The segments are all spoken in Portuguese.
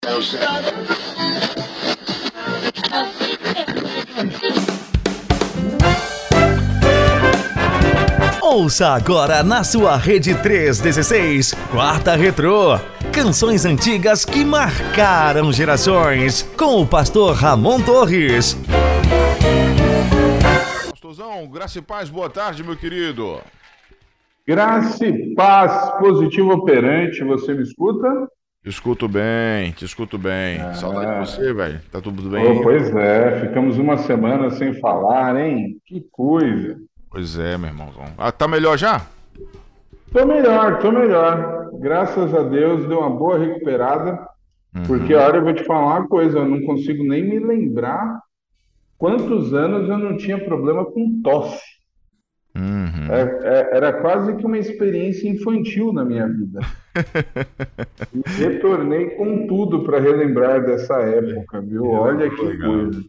Ouça agora na sua Rede 316, Quarta Retrô. Canções antigas que marcaram gerações. Com o pastor Ramon Torres. Pastorzão, graça e paz, boa tarde, meu querido. Graça e paz, positivo operante, você me escuta? Te escuto bem, te escuto bem. Saudade de você, velho. Tá tudo bem? Oh, pois é, ficamos uma semana sem falar, hein? Que coisa. Pois é, meu irmãozão. Ah, tá melhor já? Tô melhor. Graças a Deus, deu uma boa recuperada. Porque, olha, eu vou te falar uma coisa, eu não consigo nem me lembrar quantos anos eu não tinha problema com tosse. Era quase que uma experiência infantil na minha vida. E retornei com tudo para relembrar dessa época, viu? Olha que Legal. coisa.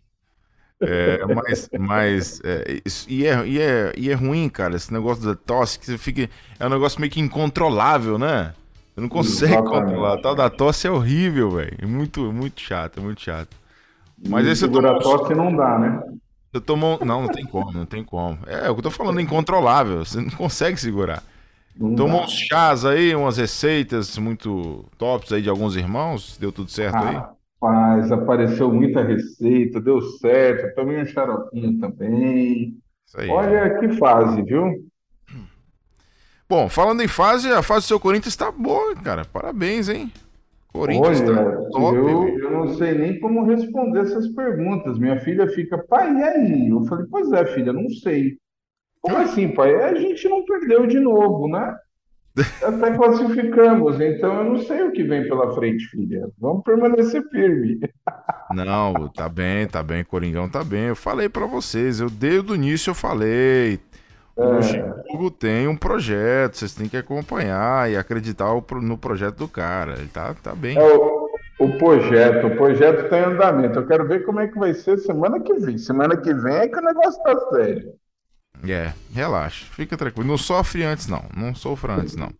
E é ruim, cara, esse negócio da tosse, que você fica. É um negócio meio que incontrolável, né? Você não consegue controlar. A tal da tosse é horrível, velho. É muito, muito chato, é muito chato. Mas aí você segurar a tosse não dá, né? Você tomou. Não, não tem como, não tem como. É o que eu tô falando, é incontrolável. Você não consegue segurar. Tomou uns chás aí, umas receitas muito tops aí de alguns irmãos. Deu tudo certo aí? Rapaz, apareceu muita receita, deu certo. Tomei um xaropinho também. Isso aí. Olha que fase, viu? Bom, falando em fase, a fase do seu Corinthians tá boa, cara. Parabéns, hein? Corinthians tá top. Eu não sei nem como responder essas perguntas. Minha filha fica, pai, e aí? Eu falei, pois é, filha, não sei. Como assim, pai? A gente não perdeu de novo, né? Até classificamos, então eu não sei o que vem pela frente, filha. Vamos permanecer firme. Não, tá bem, Coringão tá bem. Eu falei pra vocês, desde o início eu falei. O Luxemburgo tem um projeto, vocês têm que acompanhar e acreditar no projeto do cara. Ele tá bem. O projeto está em andamento. Eu quero ver como é que vai ser semana que vem. Semana que vem é que o negócio tá sério. Relaxa, fica tranquilo. Não sofre antes, não. Não sofra antes, não.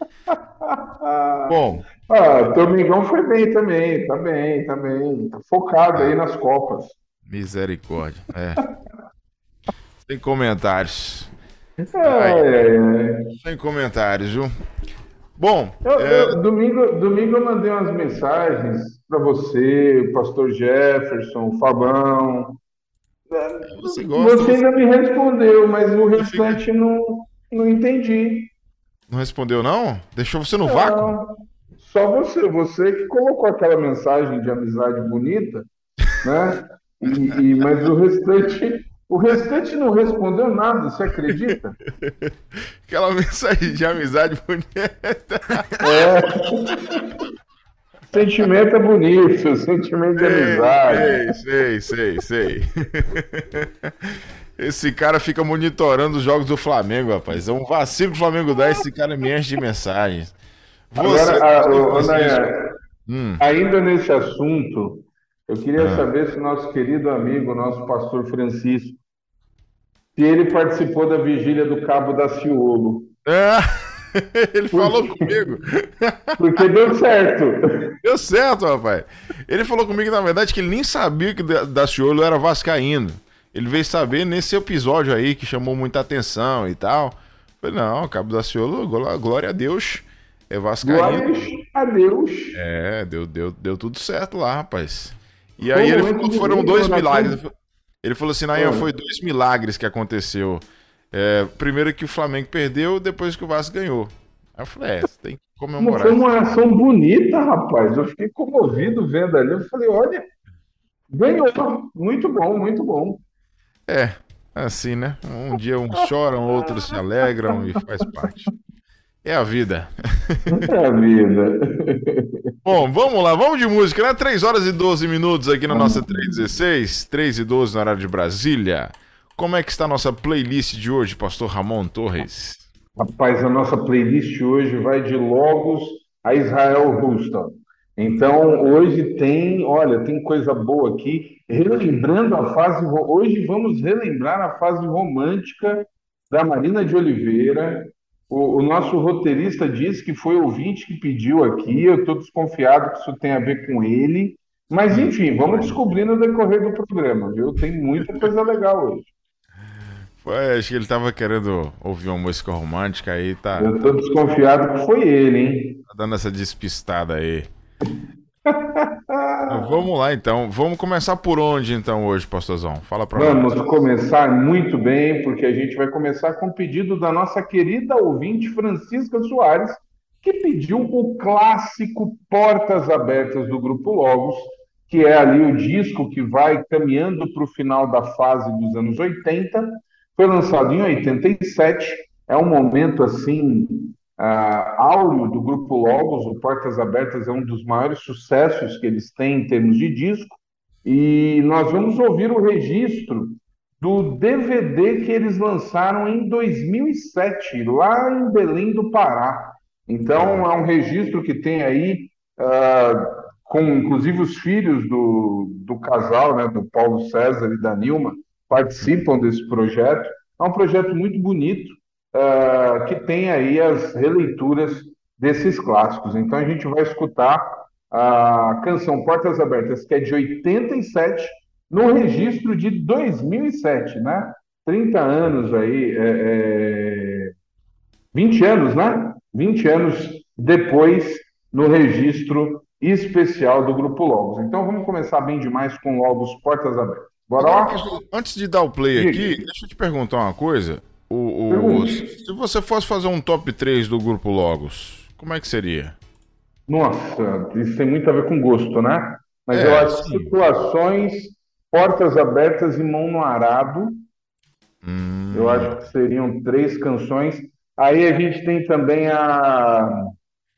Bom. Domingão foi bem também. Tá bem. Tá focado aí nas Copas. Misericórdia. Sem comentários. Sem comentários, viu? Bom. Domingo eu mandei umas mensagens para você, o pastor Jefferson, o Fabão. Você gosta. Você ainda me respondeu, mas o restante não entendi. Não respondeu, não? Deixou você no vácuo? Só você que colocou aquela mensagem de amizade bonita, né? Mas o restante não respondeu nada, você acredita? Aquela mensagem de amizade bonita. Sentimento é bonito, sentimento de amizade. Sei. Esse cara fica monitorando os jogos do Flamengo, rapaz. É um vacilo que o Flamengo dá, esse cara me enche de mensagens. Ainda nesse assunto, eu queria saber se nosso querido amigo, nosso pastor Francisco, se ele participou da vigília do Cabo Daciolo. Ele falou comigo. Porque deu certo. Deu certo, rapaz. Ele falou comigo, na verdade, que ele nem sabia que o Daciolo era vascaíno. Ele veio saber nesse episódio aí, que chamou muita atenção e tal. Eu falei, não, Cabo Daciolo, glória a Deus, é vascaíno. Glória a Deus. Deu tudo certo lá, rapaz. E aí ele falou que foram 2 milagres. Ele falou assim, foi 2 milagres que aconteceu. Primeiro que o Flamengo perdeu, depois que o Vasco ganhou. Aí eu falei, você tem que comemorar. Foi uma ação bonita, rapaz. Eu fiquei comovido vendo ali. Eu falei, olha, ganhou. Muito bom, muito bom. Assim, né? Um dia uns choram, outros se alegram e faz parte. É a vida. É a vida. Bom, vamos lá, vamos de música, né? 3 horas e 12 minutos aqui na nossa 316, 3 e 12 no horário de Brasília. Como é que está a nossa playlist de hoje, pastor Ramon Torres? Rapaz, a nossa playlist hoje vai de Logos a Israel Houston. Então, hoje tem coisa boa aqui, relembrando a fase, hoje vamos relembrar a fase romântica da Marina de Oliveira, O nosso roteirista disse que foi ouvinte que pediu aqui. Eu estou desconfiado que isso tem a ver com ele. Mas, enfim, vamos descobrir no decorrer do programa, viu? Tem muita coisa legal hoje. Acho que ele tava querendo ouvir uma música romântica aí, Eu estou desconfiado que foi ele, hein? tá dando essa despistada aí. Vamos lá então. Vamos começar por onde então hoje, pastorzão? Fala pra nós. Vamos começar muito bem, porque a gente vai começar com o pedido da nossa querida ouvinte Francisca Soares, que pediu o clássico Portas Abertas do Grupo Logos, que é ali o disco que vai caminhando para o final da fase dos anos 80. Foi lançado em 87, é um momento assim áureo do Grupo Logos. O Portas Abertas é um dos maiores sucessos que eles têm em termos de disco. E nós vamos ouvir o registro do DVD que eles lançaram em 2007, lá em Belém do Pará. Então, é um registro que tem aí, com inclusive os filhos do casal, né, do Paulo César e da Nilma, participam desse projeto. É um projeto muito bonito, que tem aí as releituras desses clássicos. Então, a gente vai escutar a canção Portas Abertas, que é de 87, no registro de 2007, né? 30 anos aí, 20 anos, né? 20 anos depois, no registro especial do Grupo Logos. Então vamos começar bem demais com Logos Portas Abertas. Bora lá? Agora, antes de dar o play aqui, deixa eu te perguntar uma coisa. Se você fosse fazer um top 3 do Grupo Logos, como é que seria? Nossa, isso tem muito a ver com gosto, né? Mas eu acho que Situações, Portas Abertas e Mão no Arado. Eu acho que seriam 3 canções. Aí a gente tem também a.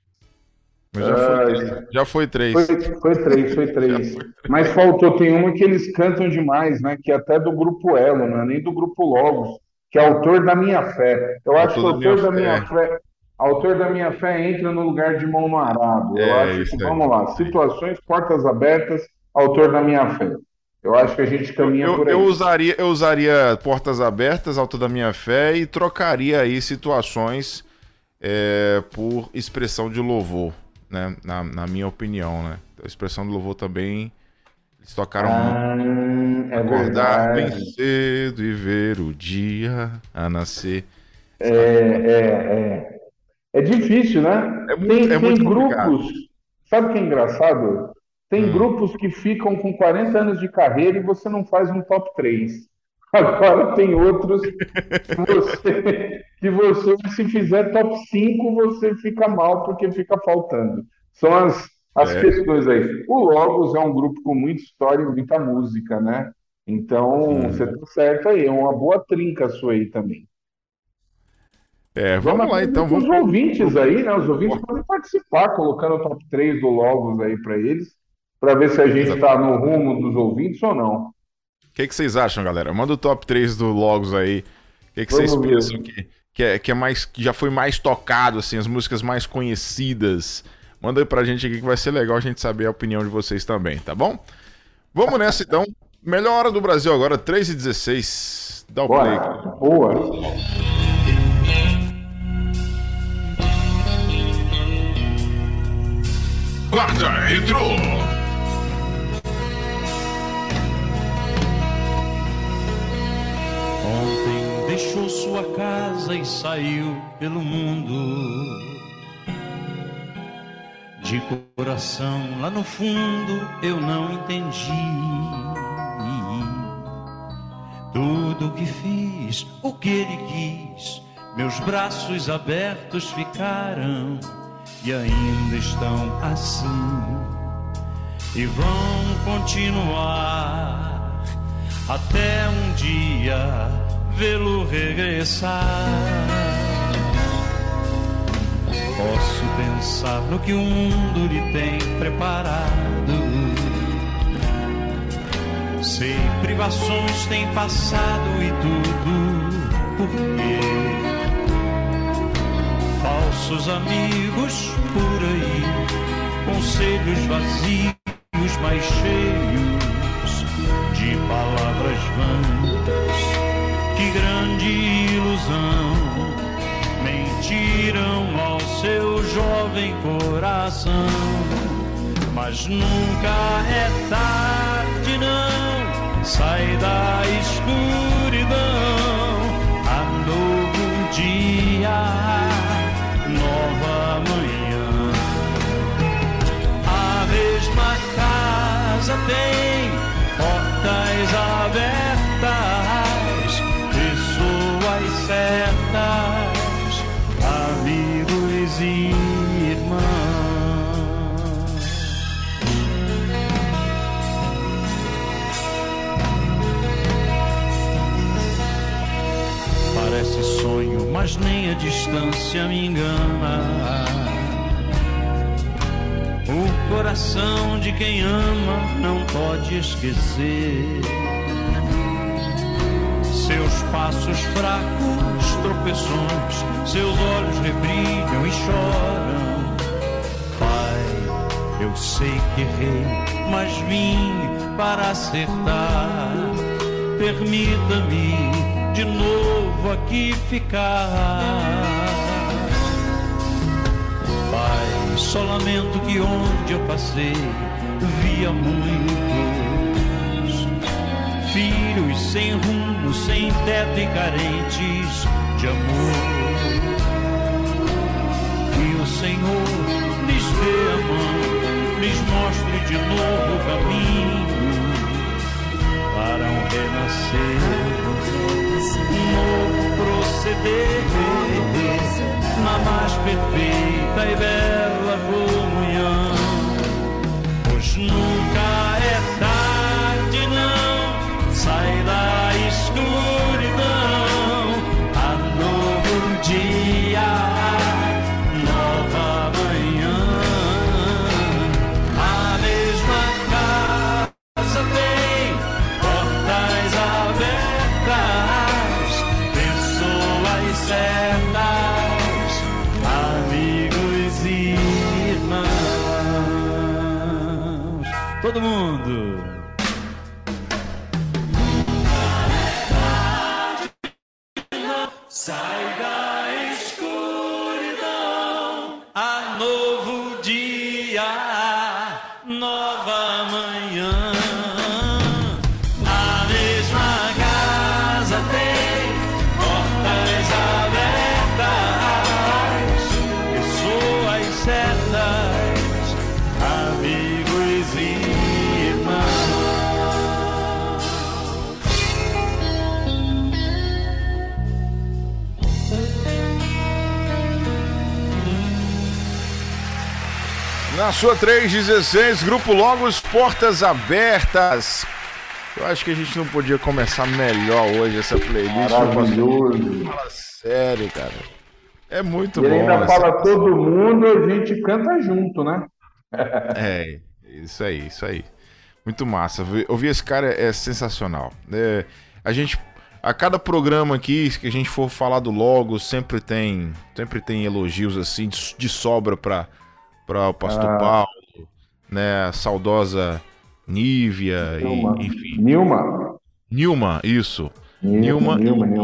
Já foi 3. Foi 3. Mas faltou, tem uma que eles cantam demais, né? Que é até do Grupo Elo, não é nem do Grupo Logos, que é Autor da Minha Fé. Eu acho que Autor da Minha Fé. Autor da Minha Fé entra no lugar de Mão no Arado. Eu acho que, vamos lá, Situações, Portas Abertas, Autor da Minha Fé. Eu acho que a gente caminha por aí. Eu usaria Portas Abertas, Autor da Minha Fé, e trocaria aí Situações por expressão de louvor, né? Na minha opinião, né? A expressão de louvor também, eles tocaram muito. Acordar bem cedo e ver o dia a nascer. É difícil, né? Tem grupos. Sabe o que é engraçado? Tem grupos que ficam com 40 anos de carreira e você não faz um top 3. Agora tem outros que você, se fizer top 5, você fica mal porque fica faltando. São as questões aí. O Logos é um grupo com muita história e muita música, né? Então, você tá certo aí. É uma boa trinca sua aí também. Vamos lá então. Os ouvintes aí, né? Os ouvintes podem participar, colocando o top 3 do Logos aí para eles, para ver se a gente está no rumo dos ouvintes ou não. O que vocês acham, galera? Manda o top 3 do Logos aí. O que vocês pensam que já foi mais tocado, assim, as músicas mais conhecidas? Manda aí pra gente aqui que vai ser legal a gente saber a opinião de vocês também, tá bom? Vamos nessa então. Melhor hora do Brasil agora, 3h16. Dá o play. Boa. Quarta Retrô. Ontem deixou sua casa e saiu pelo mundo. De coração lá no fundo eu não entendi tudo o que fiz, o que ele quis. Meus braços abertos ficaram e ainda estão assim, e vão continuar até um dia vê-lo regressar. Posso pensar no que o mundo lhe tem preparado. Sei, privações têm passado e tudo por quê? Falsos amigos por aí, conselhos vazios, mas cheios de palavras vãs. Que grande ilusão, mentir coração. Mas nunca é tarde, não. Sai da escuridão. Há novo dia, nova manhã. A mesma casa tem portas abertas, pessoas certas, amigos e irmãos. Parece sonho, mas nem a distância me engana. O coração de quem ama não pode esquecer. Seus passos fracos, tropeções, seus olhos rebrilham e choram. Pai, eu sei que errei, mas vim para acertar. Permita-me de novo aqui ficar. Pai, só lamento que onde eu passei via muitos filhos sem rumo, sem teto e carentes de amor. Que o Senhor lhes dê a mão, lhes mostre de novo o caminho para um renascer, um novo proceder na mais perfeita e bela comunhão. Pois nunca é tarde, não. Sai da escuridão. Há novo dia, nova manhã. A mesma casa tem portas abertas, pessoas certas, amigos e irmãos. Todo mundo. Sai da escuridão, há novo dia, nova manhã. A mesma casa tem portas abertas, pessoas certas, amigos e irmãos. Na sua 316, Grupo Logos, portas abertas. Eu acho que a gente não podia começar melhor hoje essa playlist. Maravilhoso. Fala sério, cara. É muito Ele bom. ainda fala todo mundo, a gente canta junto, né? É, isso aí. Muito massa. Ouvir esse cara é sensacional. A cada programa aqui que a gente for falar do Logos, sempre tem elogios assim de sobra para o pastor Paulo, né, a saudosa Nívia, enfim. Nilma, isso. Nilma.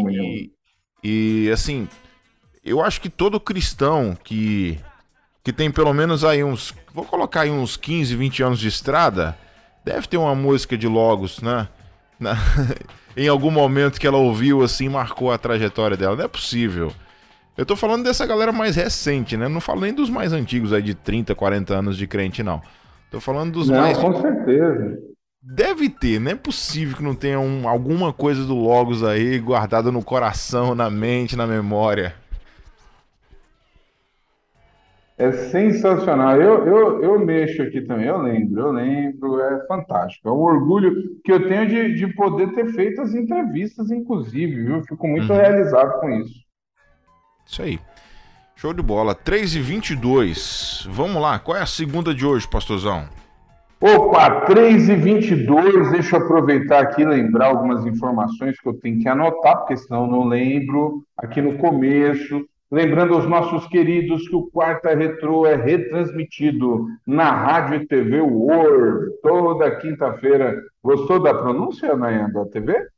E assim, eu acho que todo cristão que tem pelo menos aí vou colocar aí uns 15, 20 anos de estrada, deve ter uma música de Logos, né? Em algum momento que ela ouviu assim, marcou a trajetória dela. Não é possível. Eu tô falando dessa galera mais recente, né? Não falo nem dos mais antigos aí de 30, 40 anos de crente, não. Tô falando dos mais... com certeza. Deve ter, não é possível que não tenha alguma coisa do Logos aí guardada no coração, na mente, na memória. É sensacional. Eu mexo aqui também, eu lembro, é fantástico. É um orgulho que eu tenho de poder ter feito as entrevistas, inclusive, viu? Fico muito realizado com isso. Isso aí. Show de bola. 3h22. Vamos lá. Qual é a segunda de hoje, pastorzão? Opa, 3h22. Deixa eu aproveitar aqui e lembrar algumas informações que eu tenho que anotar, porque senão eu não lembro aqui no começo. Lembrando aos nossos queridos que o Quarta Retrô é retransmitido na Rádio e TV World toda quinta-feira. Gostou da pronúncia, Nayan, da TV?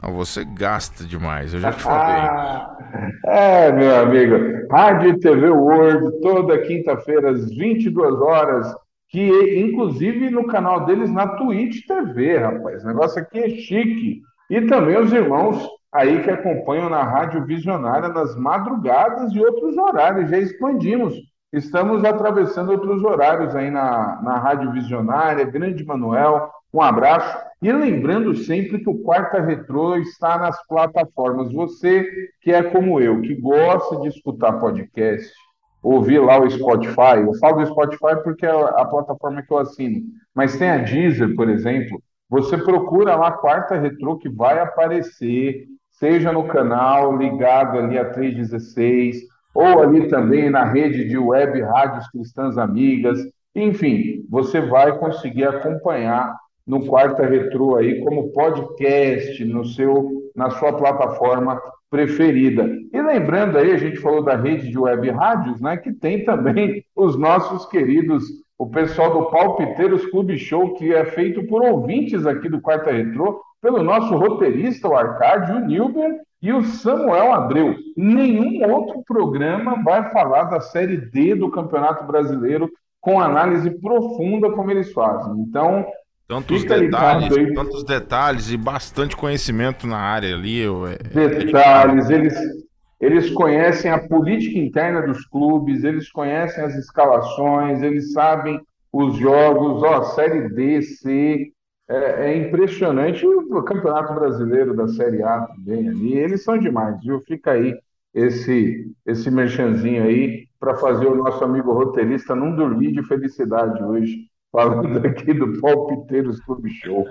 Ah, você gasta demais, eu já te falei. Meu amigo, Rádio e TV World, toda quinta-feira às 22 horas, que inclusive no canal deles na Twitch TV, rapaz. O negócio aqui é chique. E também os irmãos aí que acompanham na Rádio Visionária nas madrugadas e outros horários, já expandimos. Estamos atravessando outros horários aí na Rádio Visionária, Grande Manuel, um abraço. E lembrando sempre que o Quarta Retrô está nas plataformas. Você que é como eu, que gosta de escutar podcast, ouvir lá o Spotify. Eu falo do Spotify porque é a plataforma que eu assino. Mas tem a Deezer, por exemplo. Você procura lá Quarta Retrô que vai aparecer, seja no canal ligado ali a 316, ou ali também na rede de web rádios cristãs amigas. Enfim, você vai conseguir acompanhar no Quarta Retrô aí como podcast na sua plataforma preferida. E lembrando aí, a gente falou da rede de web rádios, né, que tem também os nossos queridos, o pessoal do Palpiteiros Clube Show, que é feito por ouvintes aqui do Quarta Retrô, pelo nosso roteirista, o Arcádio, o Nilber e o Samuel Abreu. Nenhum outro programa vai falar da Série D do Campeonato Brasileiro com análise profunda como eles fazem. Então, Tantos detalhes e bastante conhecimento na área ali. Detalhes, eles conhecem a política interna dos clubes, eles conhecem as escalações, eles sabem os jogos, Série D, C, é impressionante o Campeonato Brasileiro da Série A também ali, eles são demais, viu? Fica aí esse merchanzinho aí para fazer o nosso amigo roteirista não dormir de felicidade hoje, falando aqui do Palpiteiros Clube Show.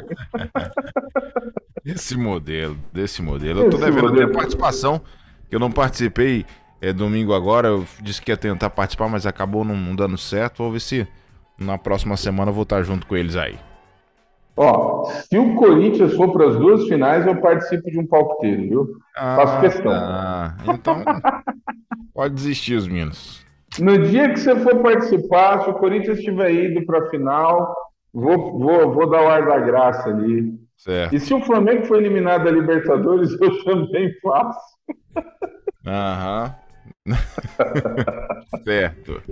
Desse modelo. Eu tô devendo até participação, que eu não participei domingo agora. Eu disse que ia tentar participar, mas acabou não dando certo. Vou ver se na próxima semana eu vou estar junto com eles aí. Se o Corinthians for para as duas finais, eu participo de um palpiteiro, viu? Faço questão. Então, pode desistir os meninos. No dia que você for participar, se o Corinthians tiver ido para a final, vou dar o ar da graça ali. Certo. E se o Flamengo for eliminado da Libertadores, eu também faço. Aham. Certo.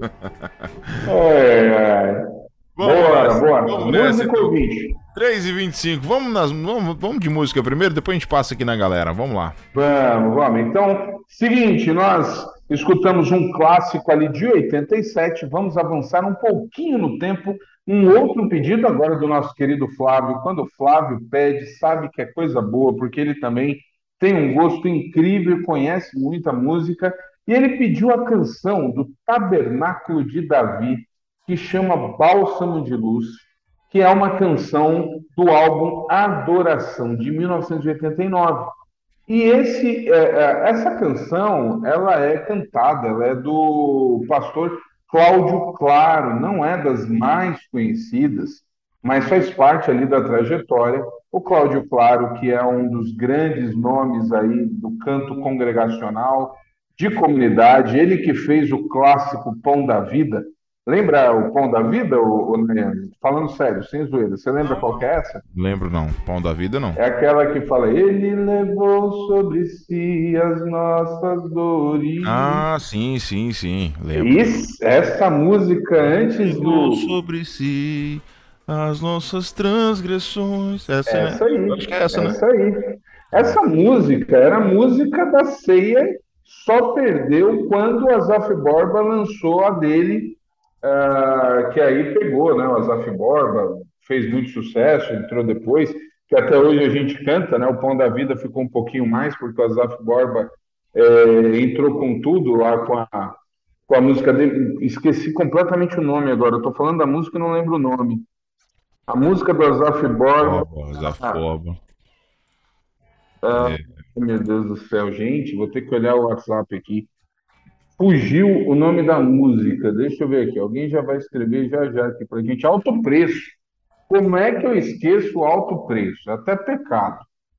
Bora. Vamos nessa, Música ou vídeo? 3h25. Vamos de música primeiro, depois a gente passa aqui na galera. Vamos lá. Vamos. Então, seguinte, nós escutamos um clássico ali de 87. Vamos avançar um pouquinho no tempo. Um outro pedido agora do nosso querido Flávio. Quando o Flávio pede, sabe que é coisa boa, porque ele também tem um gosto incrível, conhece muita música. E ele pediu a canção do Tabernáculo de Davi, que chama Bálsamo de Luz, que é uma canção do álbum Adoração, de 1989. E essa canção, ela é cantada, ela é do pastor Cláudio Claro, não é das mais conhecidas, mas faz parte ali da trajetória. O Cláudio Claro, que é um dos grandes nomes aí do canto congregacional, de comunidade, ele que fez o clássico Pão da Vida. Lembra o Pão da Vida, Leandro? Falando sério, sem zoeira, você lembra qual que é essa? Lembro não, Pão da Vida não. É aquela que fala, ele levou sobre si as nossas dores. Ah, sim, lembro. Essa música antes levou sobre si as nossas transgressões. Essa aí. Acho que é essa, né? Essa aí. Essa música era a música da ceia, só perdeu quando o Azaf Borba lançou a dele, que aí pegou, né? O Azaf Borba fez muito sucesso, entrou depois, que até hoje a gente canta, né? O Pão da Vida ficou um pouquinho mais, porque o Azaf Borba entrou com tudo lá com a música dele. Esqueci completamente o nome agora, eu tô falando da música e não lembro o nome. A música do Azaf Borba. Azaf Borba. Meu Deus do céu, gente, vou ter que olhar o WhatsApp aqui. Fugiu o nome da música. Deixa eu ver aqui. Alguém já vai escrever já aqui pra gente. Alto Preço. Como é que eu esqueço o Alto Preço? Até pecado.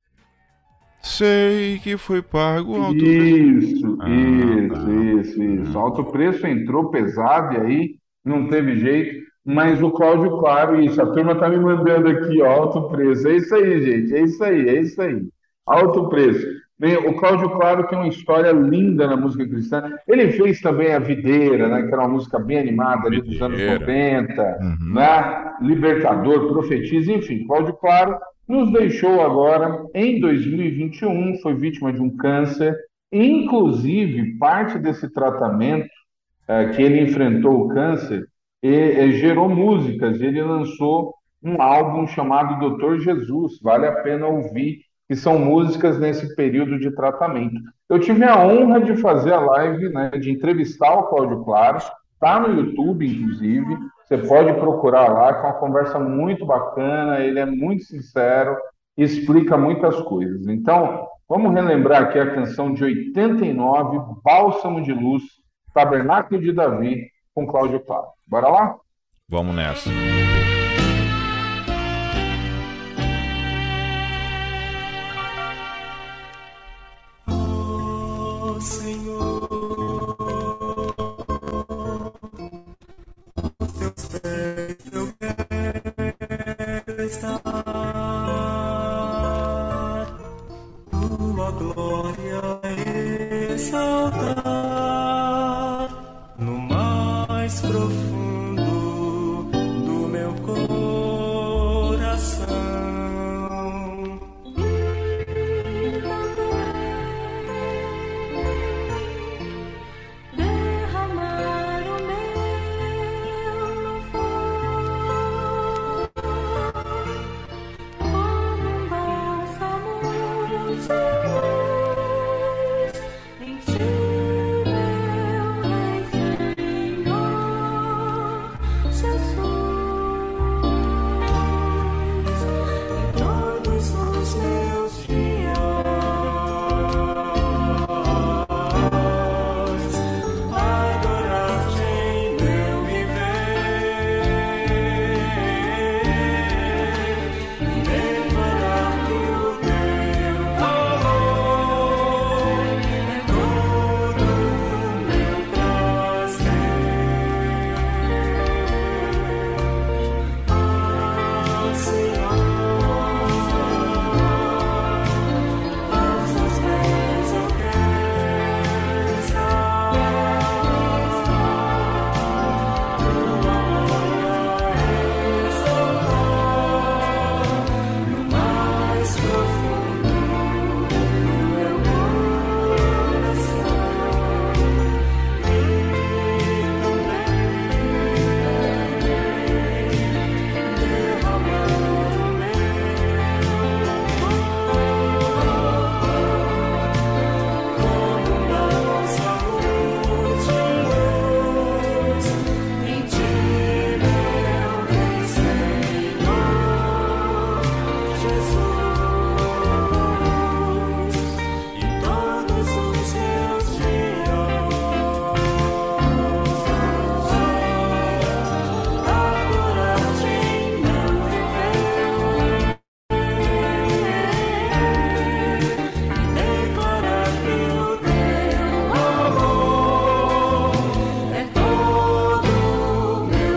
Sei que foi pago alto preço. Isso. Alto Preço entrou pesado e aí não teve jeito. Mas o Cláudio Claro, isso. A turma tá me mandando aqui, ó, Alto Preço. É isso aí, gente. É isso aí. Alto preço. Bem, o Cláudio Claro tem uma história linda na música cristã. Ele fez também a Videira, né, que era uma música bem animada ali dos anos Videira. 90, Uhum. né? Libertador, Profetiza, enfim. Cláudio Claro nos deixou agora em 2021, foi vítima de um câncer. Inclusive, parte desse tratamento que ele enfrentou o câncer gerou músicas. Ele lançou um álbum chamado Doutor Jesus, vale a pena ouvir, que são músicas nesse período de tratamento. Eu tive a honra de fazer a live, né, de entrevistar o Cláudio Claro, está no YouTube, inclusive, você pode procurar lá, que é uma conversa muito bacana, ele é muito sincero, explica muitas coisas. Então, vamos relembrar aqui a canção de 89, Bálsamo de Luz, Tabernáculo de Davi, com Cláudio Claro. Bora lá? Vamos nessa. Oh, Senhor, aos teus pés eu quero estar, tua glória exaltar, no mais profundo do meu coração. Derramar o meu louvor como um bálsamo de luz em ti, meu Rei Senhor Jesus, em todos os meus dias adorar-te em meu viver e declarar que o teu amor é todo o meu prazer. Senhor, aos teus pés eu quero estar, tua glória exaltar, no mais profundo do meu coração, e derramar o meu como um bálsamo de luz em ti, meu Rei Senhor Jesus, e todos os meus dias adorar-te em meu viver e declarar que o teu amor é todo o meu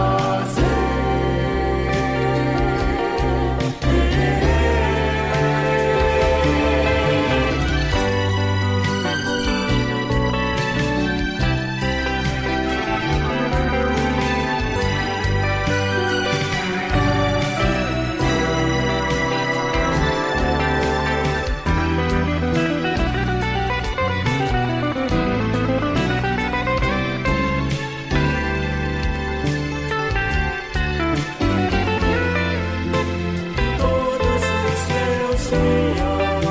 todos os meus dias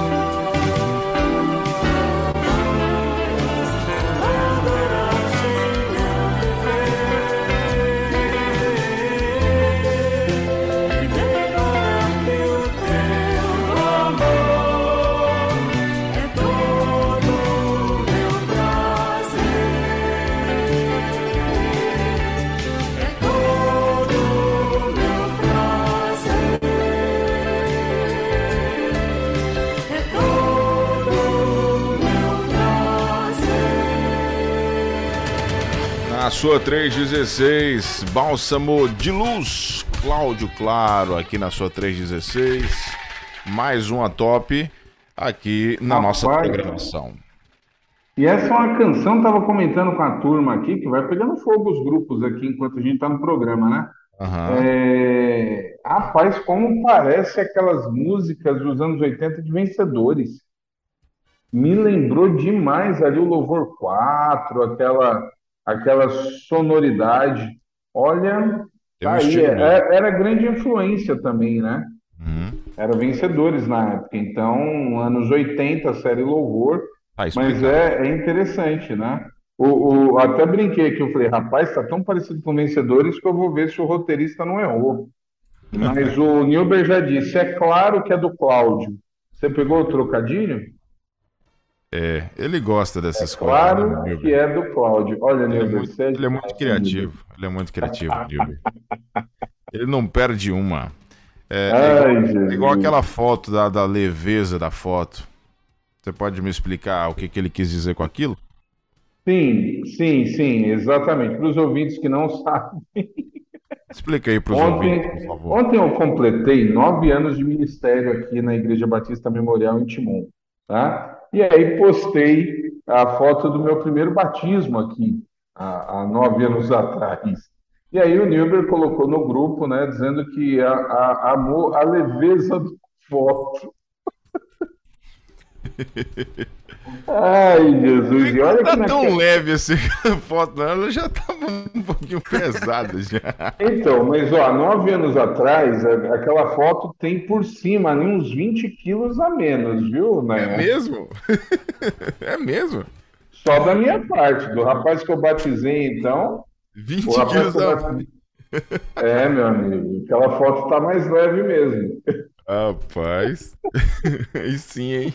adorar-te em meu viver e declarar que o teu amor é todo o meu prazer, é todo o meu prazer, é todo o meu prazer. Na sua 316, Bálsamo de Luz, Cláudio Claro, aqui na sua 316. Mais uma top. aqui na nossa Rapaz, programação. e essa é uma canção, tava comentando com a turma aqui, que vai pegando fogo os grupos aqui enquanto a gente tá no programa, né? Aham. Rapaz, como parece aquelas músicas dos anos 80 de Vencedores. Me lembrou demais ali o Louvor 4, aquela sonoridade. Olha, Tem tá um aí. estilo mesmo. Era grande influência também, né? Uhum. Era Vencedores na época. Então, anos 80, série Louvor. Tá Mas explicado. é interessante, né? Até brinquei que eu falei, rapaz, tá tão parecido com Vencedores que eu vou ver se o roteirista não errou. Mas o Nilber já disse, é claro que é do Cláudio. Você pegou o trocadilho? Ele gosta dessas coisas, né, Claro que Nilber? é do Cláudio. Olha, Ele é Nilber, muito, você é ele é muito demais, né, Nilber? criativo. Ele é muito criativo, Nilber. Ele não perde uma. Ai, É igual Jesus. aquela foto da leveza da foto. Você pode me explicar o que, que ele quis dizer com aquilo? Sim, sim, sim, exatamente. Para os ouvintes que não sabem, Explica aí para os ouvintes, por ontem, favor. ontem eu completei 9 anos de ministério aqui na Igreja Batista Memorial em Timon, tá? E aí postei a foto do meu primeiro batismo aqui, há 9 anos atrás. E aí o Nilber colocou no grupo, né, dizendo que amou a leveza da foto. Ai, Jesus, e olha que Tá tão naquela. leve essa foto, não. Ela já tava um pouquinho pesada já. Então, mas ó, 9 anos atrás, aquela foto tem por cima ali uns 20 quilos a menos, viu, É né? mesmo? É mesmo? Só da minha parte, do rapaz que eu batizei, então, o 20 rapaz que quilos eu a batizei. É, meu amigo, aquela foto tá mais leve mesmo. Rapaz. Aí sim, hein?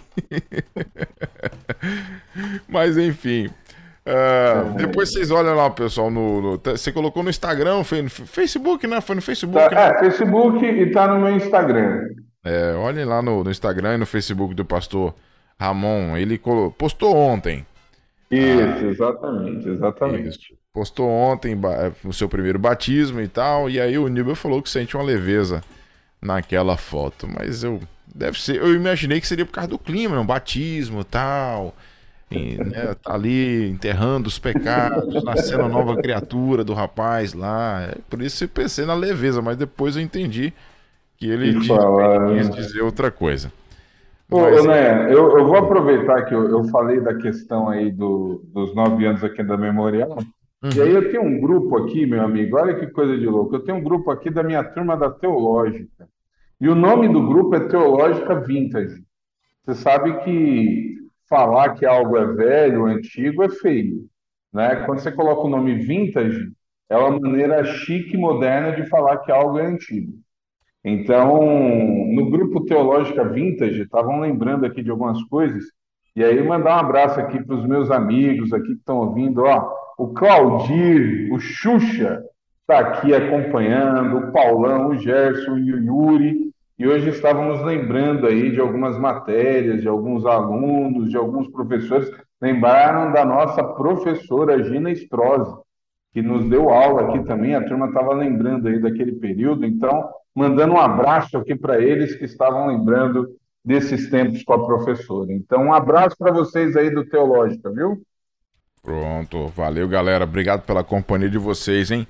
Mas enfim. Depois vocês olham lá, pessoal. Você colocou no Instagram, foi no Facebook, né? Foi no Facebook, né? Facebook e tá no meu Instagram. Olhem lá no Instagram e no Facebook do pastor Ramon. Ele postou ontem. Isso, exatamente, Isso. exatamente. Postou ontem o seu primeiro batismo e tal. E aí o Nilber falou que sente uma leveza naquela foto. Mas deve ser. Eu imaginei que seria por causa do clima, né? Um batismo e tal. E, né, tá ali enterrando os pecados, nascendo a nova criatura do rapaz lá. Por isso eu pensei na leveza, mas depois eu entendi que E ele falar. quis dizer outra coisa. Ô, Mas né, eu vou aproveitar que eu falei da questão aí dos 9 anos aqui da Memorial. E aí uhum. eu tenho um grupo aqui, meu amigo, olha que coisa de louco. Eu tenho um grupo aqui da minha turma da Teológica. E o nome do grupo é Teológica Vintage. Você sabe que falar que algo é velho, antigo, é feio, né? Quando você coloca o nome vintage, é uma maneira chique e moderna de falar que algo é antigo. Então, no grupo Teológica Vintage, estavam lembrando aqui de algumas coisas, e aí mandar um abraço aqui para os meus amigos aqui que estão ouvindo, ó, o Claudir, o Xuxa está aqui acompanhando, o Paulão, o Gerson e o Yuri, e hoje estávamos lembrando aí de algumas matérias, de alguns alunos, de alguns professores, lembraram da nossa professora Gina Strozzi, que nos deu aula aqui também, a turma estava lembrando aí daquele período, então, mandando um abraço aqui para eles que estavam lembrando desses tempos com a professora. Então, um abraço para vocês aí do Teológica, viu? Pronto, valeu galera, obrigado pela companhia de vocês, hein?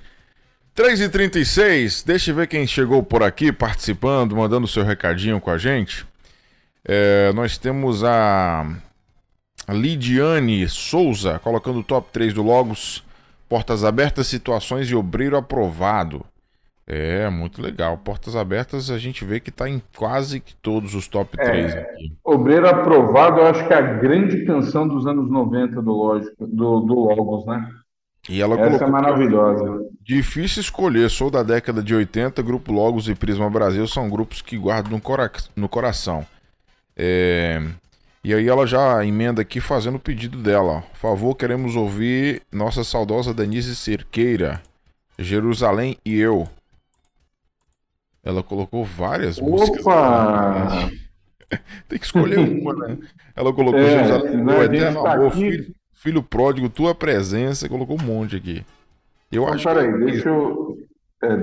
3h36, deixa eu ver quem chegou por aqui participando, mandando seu recadinho com a gente. Nós temos a Lidiane Souza colocando o top 3 do Logos, portas abertas, situações e obreiro aprovado. Muito legal. Portas abertas a gente vê que tá em quase que todos os top 3 aqui. Obreiro Aprovado, eu acho que é a grande canção dos anos 90 do Logos, né? E ela Essa é colocou aqui, ó, maravilhosa. difícil escolher, sou da década de 80, Grupo Logos e Prisma Brasil são grupos que guardo no coração. E aí ela já emenda aqui fazendo o pedido dela, ó. Por favor, queremos ouvir nossa saudosa Denise Cerqueira, Jerusalém e eu. Ela colocou várias músicas. Opa! Tem que escolher uma, né? Ela colocou Jerusalém, Né, meu a gente eterno está amor, aqui. filho pródigo, tua presença, colocou um monte aqui. Eu Então, acho que peraí,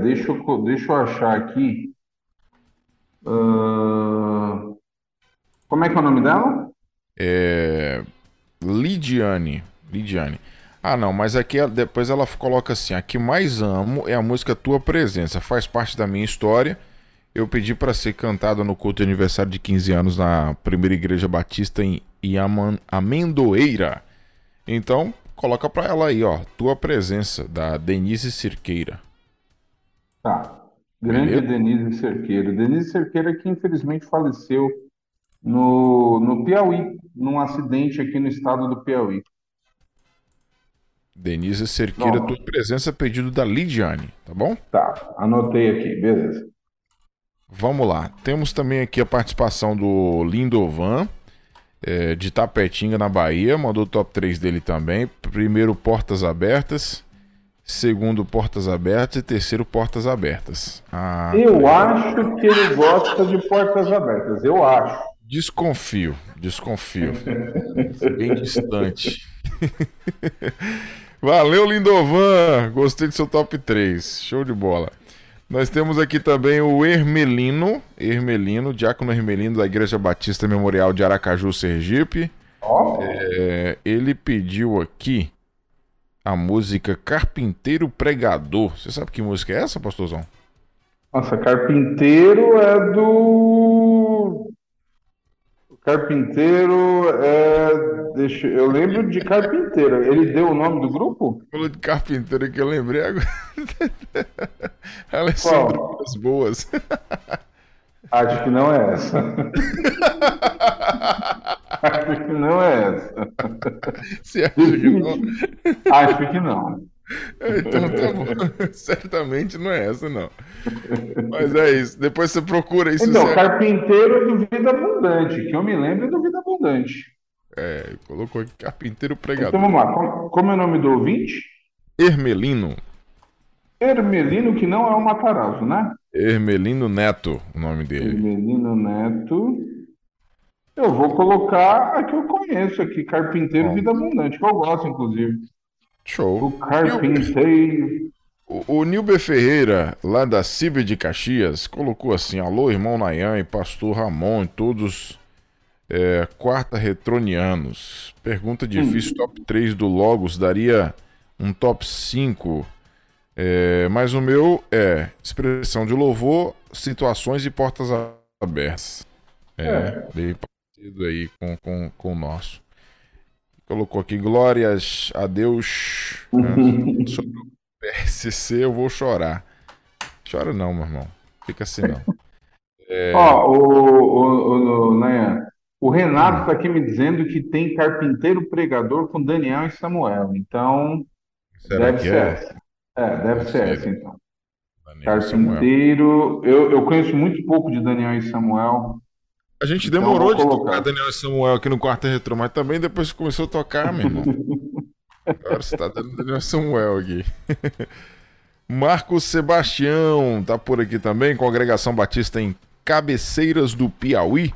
deixa eu achar aqui. Ah, Como é que é o nome dela? É. Lidiane. Lidiane. Ah, não, mas aqui depois ela coloca assim: a que mais amo é a música Tua Presença. Faz parte da minha história. Eu pedi para ser cantada no culto de aniversário de 15 anos na primeira igreja batista em Amendoeira. Então, coloca pra ela aí, ó. Tua Presença, da Denise Cerqueira. Tá. Grande Beleza? Denise Cerqueira. Denise Cerqueira que infelizmente faleceu no Piauí, num acidente aqui no estado do Piauí. Denise Cerqueira, Tua Pronto. Presença, pedido da Lidiane, tá bom? Tá. Anotei aqui, beleza. Vamos lá. Temos também aqui a participação do Lindovan, de Tapetinga, na Bahia. Mandou o top 3 dele também. Primeiro, Portas Abertas. Segundo, Portas Abertas. E terceiro, Portas Abertas. Ah, Eu acho que ele gosta de portas abertas. Eu acho. desconfio. Bem distante. Valeu, Lindovan. Gostei do seu top 3. Show de bola. Nós temos aqui também o Hermelino, Diácono Hermelino da Igreja Batista Memorial de Aracaju, Sergipe. Ó, Ele pediu aqui a música Carpinteiro Pregador. Você sabe que música é essa, pastorzão? nossa, Carpinteiro é do. Carpinteiro é. Deixa... Eu lembro de Carpinteiro. Ele deu o nome do grupo? Falou de carpinteiro que eu lembrei agora. Alessandro Qual? Vilas Boas. Acho que não é essa. Acho que não é essa. Você acha que não? Acho que não. Então tá bom. Certamente não é essa, não. Mas é isso. Depois você procura isso. Então, Carpinteiro do Vida Abundante, que eu me lembro é do Vida Abundante. Colocou aqui Carpinteiro Então Pregador. vamos lá. Como é o nome do ouvinte? Hermelino. Hermelino, que não é o Matarazzo, né? Hermelino Neto, o nome dele. Hermelino Neto. Eu vou colocar a que eu conheço aqui, Carpinteiro Bom. Vida Abundante, que eu gosto, inclusive. Show. O Carpinteiro. O Nilber Ferreira, lá da Cibe de Caxias, colocou assim: alô, irmão Nayan e pastor Ramon, todos quarta retronianos. Pergunta difícil, top 3 do Logos, daria um top 5. Mas o meu é expressão de louvor, situações e portas abertas. Bem parecido aí com o nosso. Colocou aqui, glórias a Deus. Né? Sobre o PSC eu vou chorar. Chora não, meu irmão. Fica assim não. Ó, Nayan, o Renato está aqui me dizendo que tem Carpinteiro Pregador com Daniel e Samuel. Então, Será deve que ser é? essa. Deve ser essa, então. Daniel Samuel. Carpinteiro. Eu conheço muito pouco de Daniel e Samuel. A gente Então, demorou vou de colocar. tocar Daniel e Samuel aqui no Quarto Retrô, mas também depois que começou a tocar, meu irmão. Agora você tá dando Daniel e Samuel aqui. Marcos Sebastião tá por aqui também, Congregação Batista em Cabeceiras do Piauí.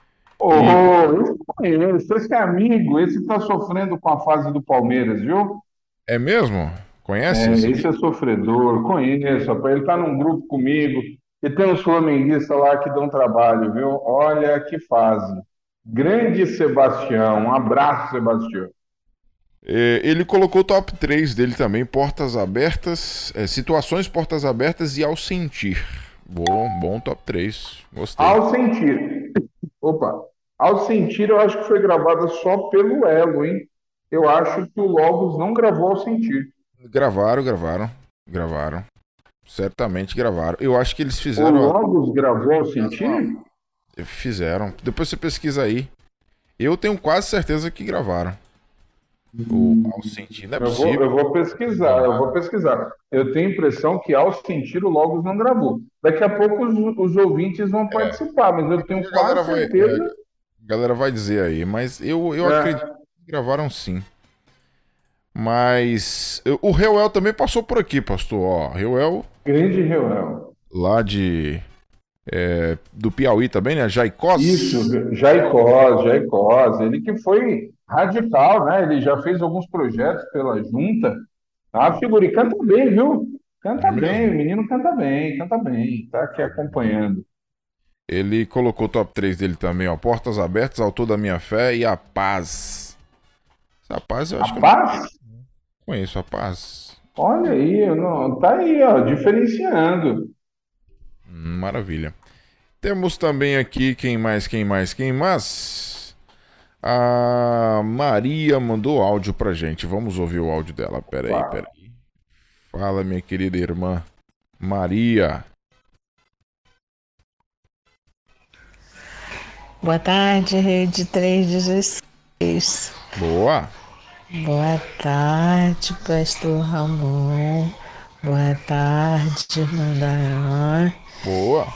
Esse é amigo, esse está sofrendo com a fase do Palmeiras, viu? É mesmo? Conhece esse? Esse é sofredor, conheço, rapaz. Ele está num grupo comigo e tem uns flamenguistas lá que dão trabalho, viu? Olha que fase. Grande Sebastião, um abraço, Sebastião. Ele colocou o top 3 dele também, portas abertas, situações portas abertas e ao sentir. Bom top 3, gostei. Ao sentir. Opa, ao sentir eu acho que foi gravada só pelo Elo, hein? Eu acho que o Logos não gravou ao sentir. Gravaram. Certamente gravaram. Eu acho que eles O fizeram. Logos gravou ao sentir? Fizeram. Depois você pesquisa aí. Eu tenho quase certeza que gravaram. O ao sentir. Não é possível. Eu vou pesquisar. Eu tenho a impressão que ao sentir o Logos não gravou. Daqui a pouco os ouvintes vão participar, mas eu tenho quase certeza. A galera vai dizer aí, mas eu acredito que gravaram sim. Mas o Reuel também passou por aqui, pastor. Ó, Reuel, Grande Reuel. lá do Piauí também, né? Jaicós. Isso, Jaicós. Ele que foi radical, né? Ele já fez alguns projetos pela junta. A figura e canta bem, viu? Canta bem, o menino canta bem. Tá aqui acompanhando. Ele colocou o top 3 dele também, ó. Portas Abertas, Autor da Minha Fé e A Paz. Essa Paz eu acho que eu Paz? não conheço, A Paz. Olha aí, não, tá aí, ó, diferenciando. Maravilha. Temos também aqui, quem mais? A Maria mandou áudio pra gente. Vamos ouvir o áudio dela. Peraí. Fala, minha querida irmã Maria. Boa tarde, Rede 316. Boa. Boa tarde, Pastor Ramon. Boa tarde, irmã Dayan. Boa.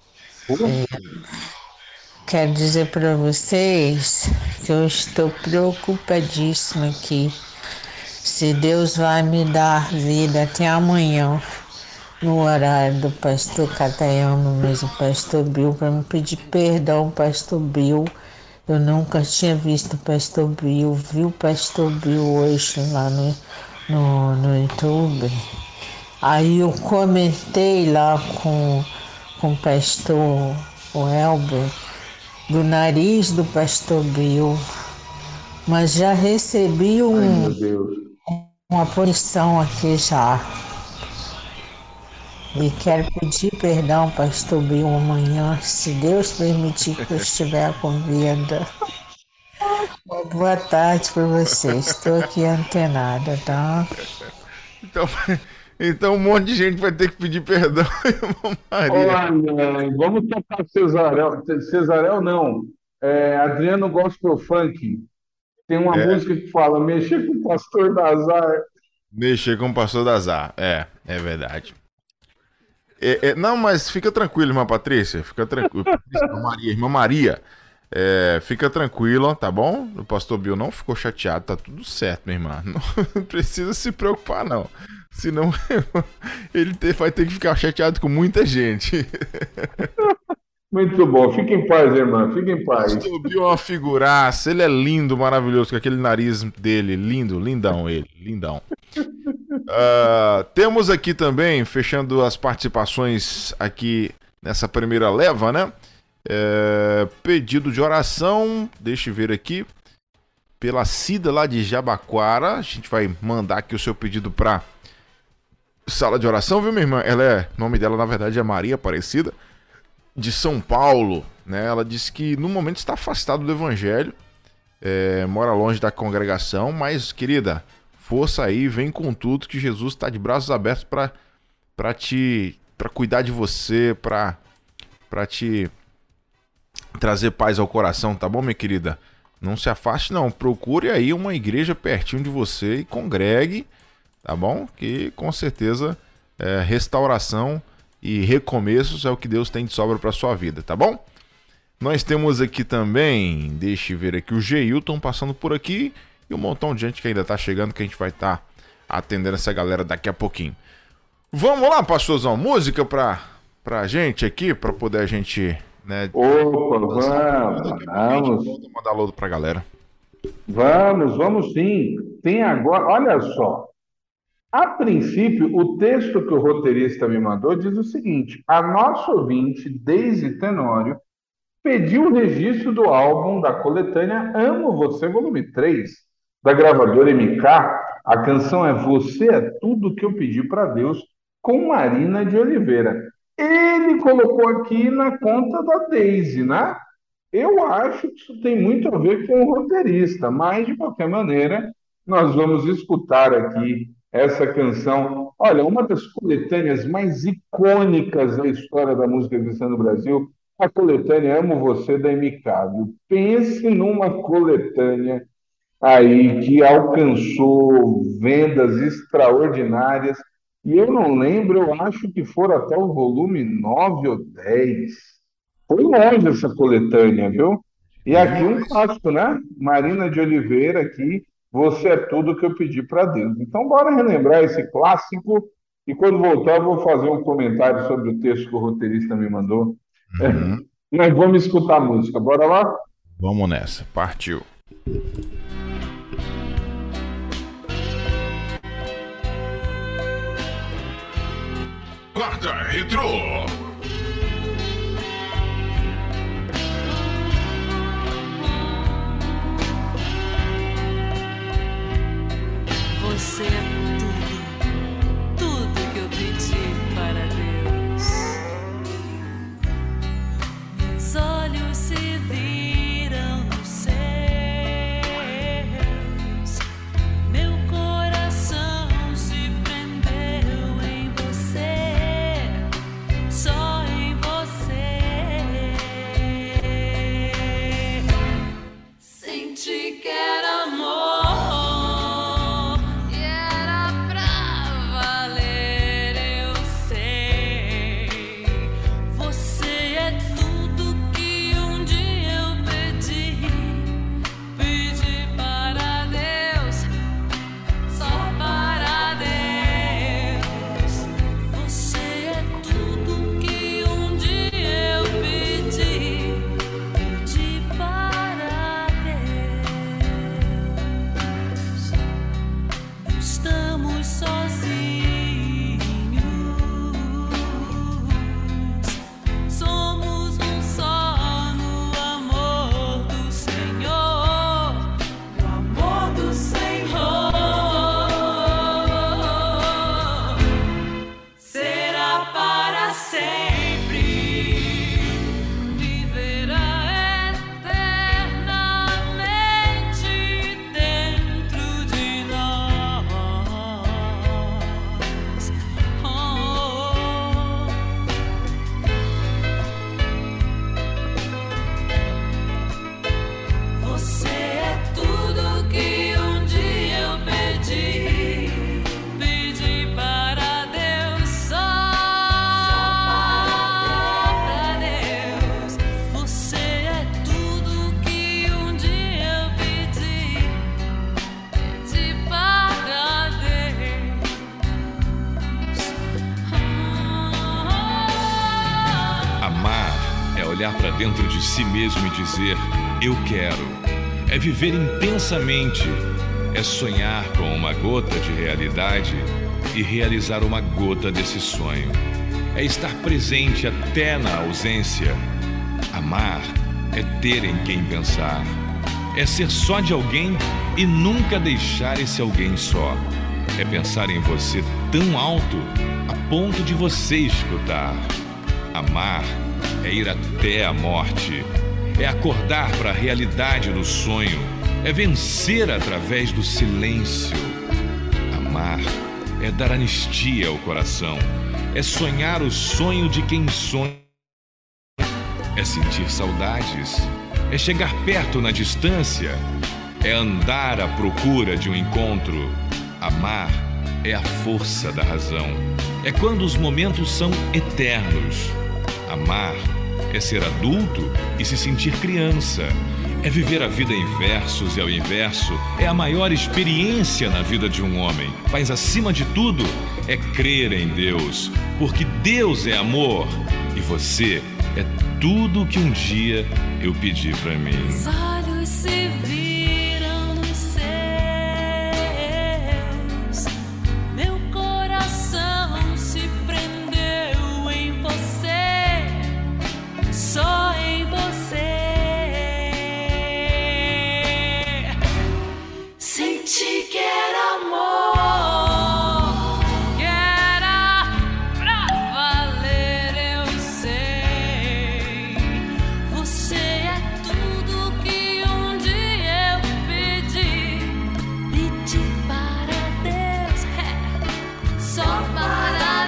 Quero dizer para vocês que eu estou preocupadíssima aqui. Se Deus vai me dar vida até amanhã, no horário do pastor Catayama, mas o pastor Bill, para me pedir perdão, pastor Bill. Eu nunca tinha visto o pastor Bill, vi o pastor Bill hoje lá no YouTube. Aí eu comentei lá com o pastor Elber do nariz do pastor Bill, mas já recebi Meu Deus. uma punição aqui já. E quero pedir perdão, pastor Bill, amanhã, se Deus permitir que eu estiver com vida. Uma boa tarde para vocês. Estou aqui antenada, tá? Então um monte de gente vai ter que pedir perdão, irmã Maria. Olha, vamos tocar Cesarel não. Adriano Gospel Funk. Tem uma música que fala, mexer com o pastor da azar. Mexer com o pastor da azar. É verdade. Não, mas fica tranquilo, irmã Patrícia. Fica tranquilo. Irmã Maria. Fica tranquila, tá bom? O pastor Bill não ficou chateado, tá tudo certo, minha irmã. Não precisa se preocupar, não. Senão ele vai ter que ficar chateado com muita gente. Muito bom. Fique em paz, irmã. Fique em O paz. pastor Bill é uma figuraça. Ele é lindo, maravilhoso, com aquele nariz dele. Lindo, lindão ele. Lindão. Temos aqui também, fechando as participações aqui nessa primeira leva, né? Pedido de oração, deixa eu ver aqui, pela Cida lá de Jabaquara. A gente vai mandar aqui o seu pedido pra sala de oração, viu, minha irmã? O nome dela na verdade é Maria Aparecida, de São Paulo, né? Ela disse que no momento está afastada do evangelho, mora longe da congregação, mas, querida, força aí, vem com tudo, que Jesus está de braços abertos para cuidar de você, para te trazer paz ao coração, tá bom, minha querida? Não se afaste, não. Procure aí uma igreja pertinho de você e congregue, tá bom? Que com certeza restauração e recomeços é o que Deus tem de sobra para sua vida, tá bom? Nós temos aqui também, deixa eu ver aqui, o Geilton passando por aqui e um montão de gente que ainda tá chegando, que a gente vai estar atendendo essa galera daqui a pouquinho. Vamos lá, pastorzão, música pra gente aqui, pra poder a gente, né? Opa, vamos. Volta a mandar lodo pra galera. Vamos sim. Tem agora, olha só. A princípio, o texto que o roteirista me mandou diz o seguinte: a nossa ouvinte, Deise Tenório, pediu o registro do álbum da coletânea Amo Você, volume 3, da gravadora MK. A canção é Você é Tudo Que Eu Pedi para Deus, com Marina de Oliveira. Ele colocou aqui na conta da Deise, né? Eu acho que isso tem muito a ver com o roteirista, mas, de qualquer maneira, nós vamos escutar aqui essa canção. Olha, uma das coletâneas mais icônicas da história da música cristã no Brasil, a coletânea Amo Você, da MK. Pense numa coletânea aí que alcançou vendas extraordinárias. E eu não lembro, eu acho que foram até o volume 9 ou 10. Foi longe essa coletânea, viu? E aqui um clássico, né? Marina de Oliveira aqui, Você é Tudo Que Eu Pedi para Deus. Então, bora relembrar esse clássico e quando voltar eu vou fazer um comentário sobre o texto que o roteirista me mandou. Mas vamos escutar a música, bora lá? Vamos nessa, partiu. Quarta Retrô. para dentro de si mesmo e dizer: eu quero. É viver intensamente. É sonhar com uma gota de realidade e realizar uma gota desse sonho. É estar presente até na ausência. Amar é ter em quem pensar. É ser só de alguém e nunca deixar esse alguém só. É pensar em você tão alto a ponto de você escutar. Amar é ir até a morte. É acordar para a realidade do sonho. É vencer através do silêncio. Amar é dar anistia ao coração. É sonhar o sonho de quem sonha. É sentir saudades. É chegar perto na distância. É andar à procura de um encontro. Amar é a força da razão. É quando os momentos são eternos. Amar é ser adulto e se sentir criança. É viver a vida em versos e ao inverso. É a maior experiência na vida de um homem. Mas acima de tudo, é crer em Deus. Porque Deus é amor. E você é tudo que um dia eu pedi pra mim. Os olhos se viram nos seus. Meu coração se prendeu em você. Só em você. Senti que era amor, que era pra valer, eu sei. Você é tudo que um dia eu pedi. Pedi para Deus, só para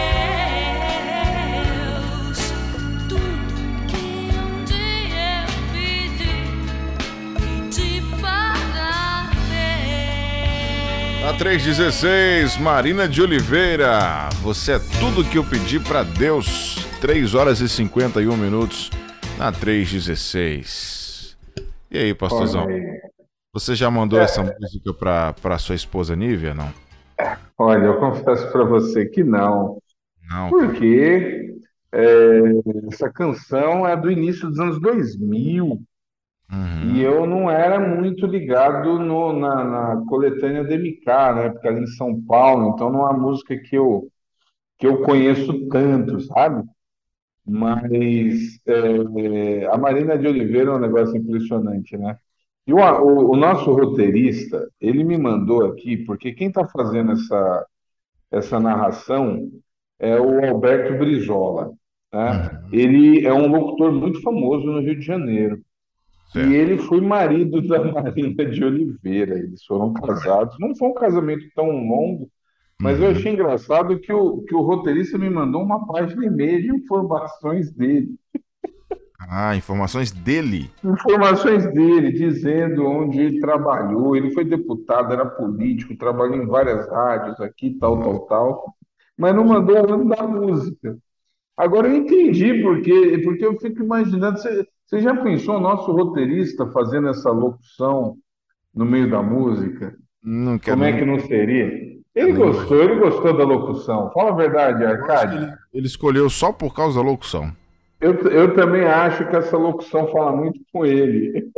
Deus. Tudo que um dia eu pedi. Pedi para Deus. Na 316, Marina de Oliveira. Você é tudo que eu pedi pra Deus. 3 horas e 51 minutos na 316. E aí, pastorzão? Olha aí. Você já mandou essa música pra sua esposa Nívia, não? Olha, eu confesso para você que não, Não. porque essa canção é do início dos anos 2000 e eu não era muito ligado na coletânea da MK, né? Porque ali em São Paulo, então não é uma música que eu conheço tanto, sabe? Mas a Marina de Oliveira é um negócio impressionante, né? E o nosso roteirista, ele me mandou aqui, porque quem está fazendo essa narração é o Alberto Brizola, né? Ele é um locutor muito famoso no Rio de Janeiro. Certo. E ele foi marido da Marina de Oliveira. Eles foram casados. Não foi um casamento tão longo, mas eu achei engraçado que o roteirista me mandou uma página e meia de informações dele. Ah, informações dele. Informações dele, dizendo onde ele trabalhou. Ele foi deputado, era político, trabalhou em várias rádios aqui, tal. Mas não mandou o ano da música. Agora eu entendi porque eu fico imaginando. Você já pensou o nosso roteirista fazendo essa locução no meio da música? Não quero Como é nem- que não seria? Ele nem gostou da locução. Fala a verdade, Eu acho que Arcádio. ele escolheu só por causa da locução. Eu também acho que essa locução fala muito com ele.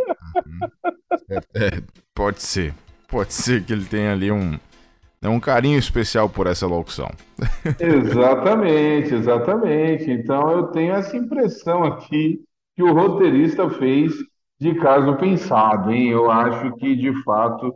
Pode ser. Pode ser que ele tenha ali um carinho especial por essa locução. Exatamente. Então eu tenho essa impressão aqui que o roteirista fez de caso pensado, hein? Eu acho que de fato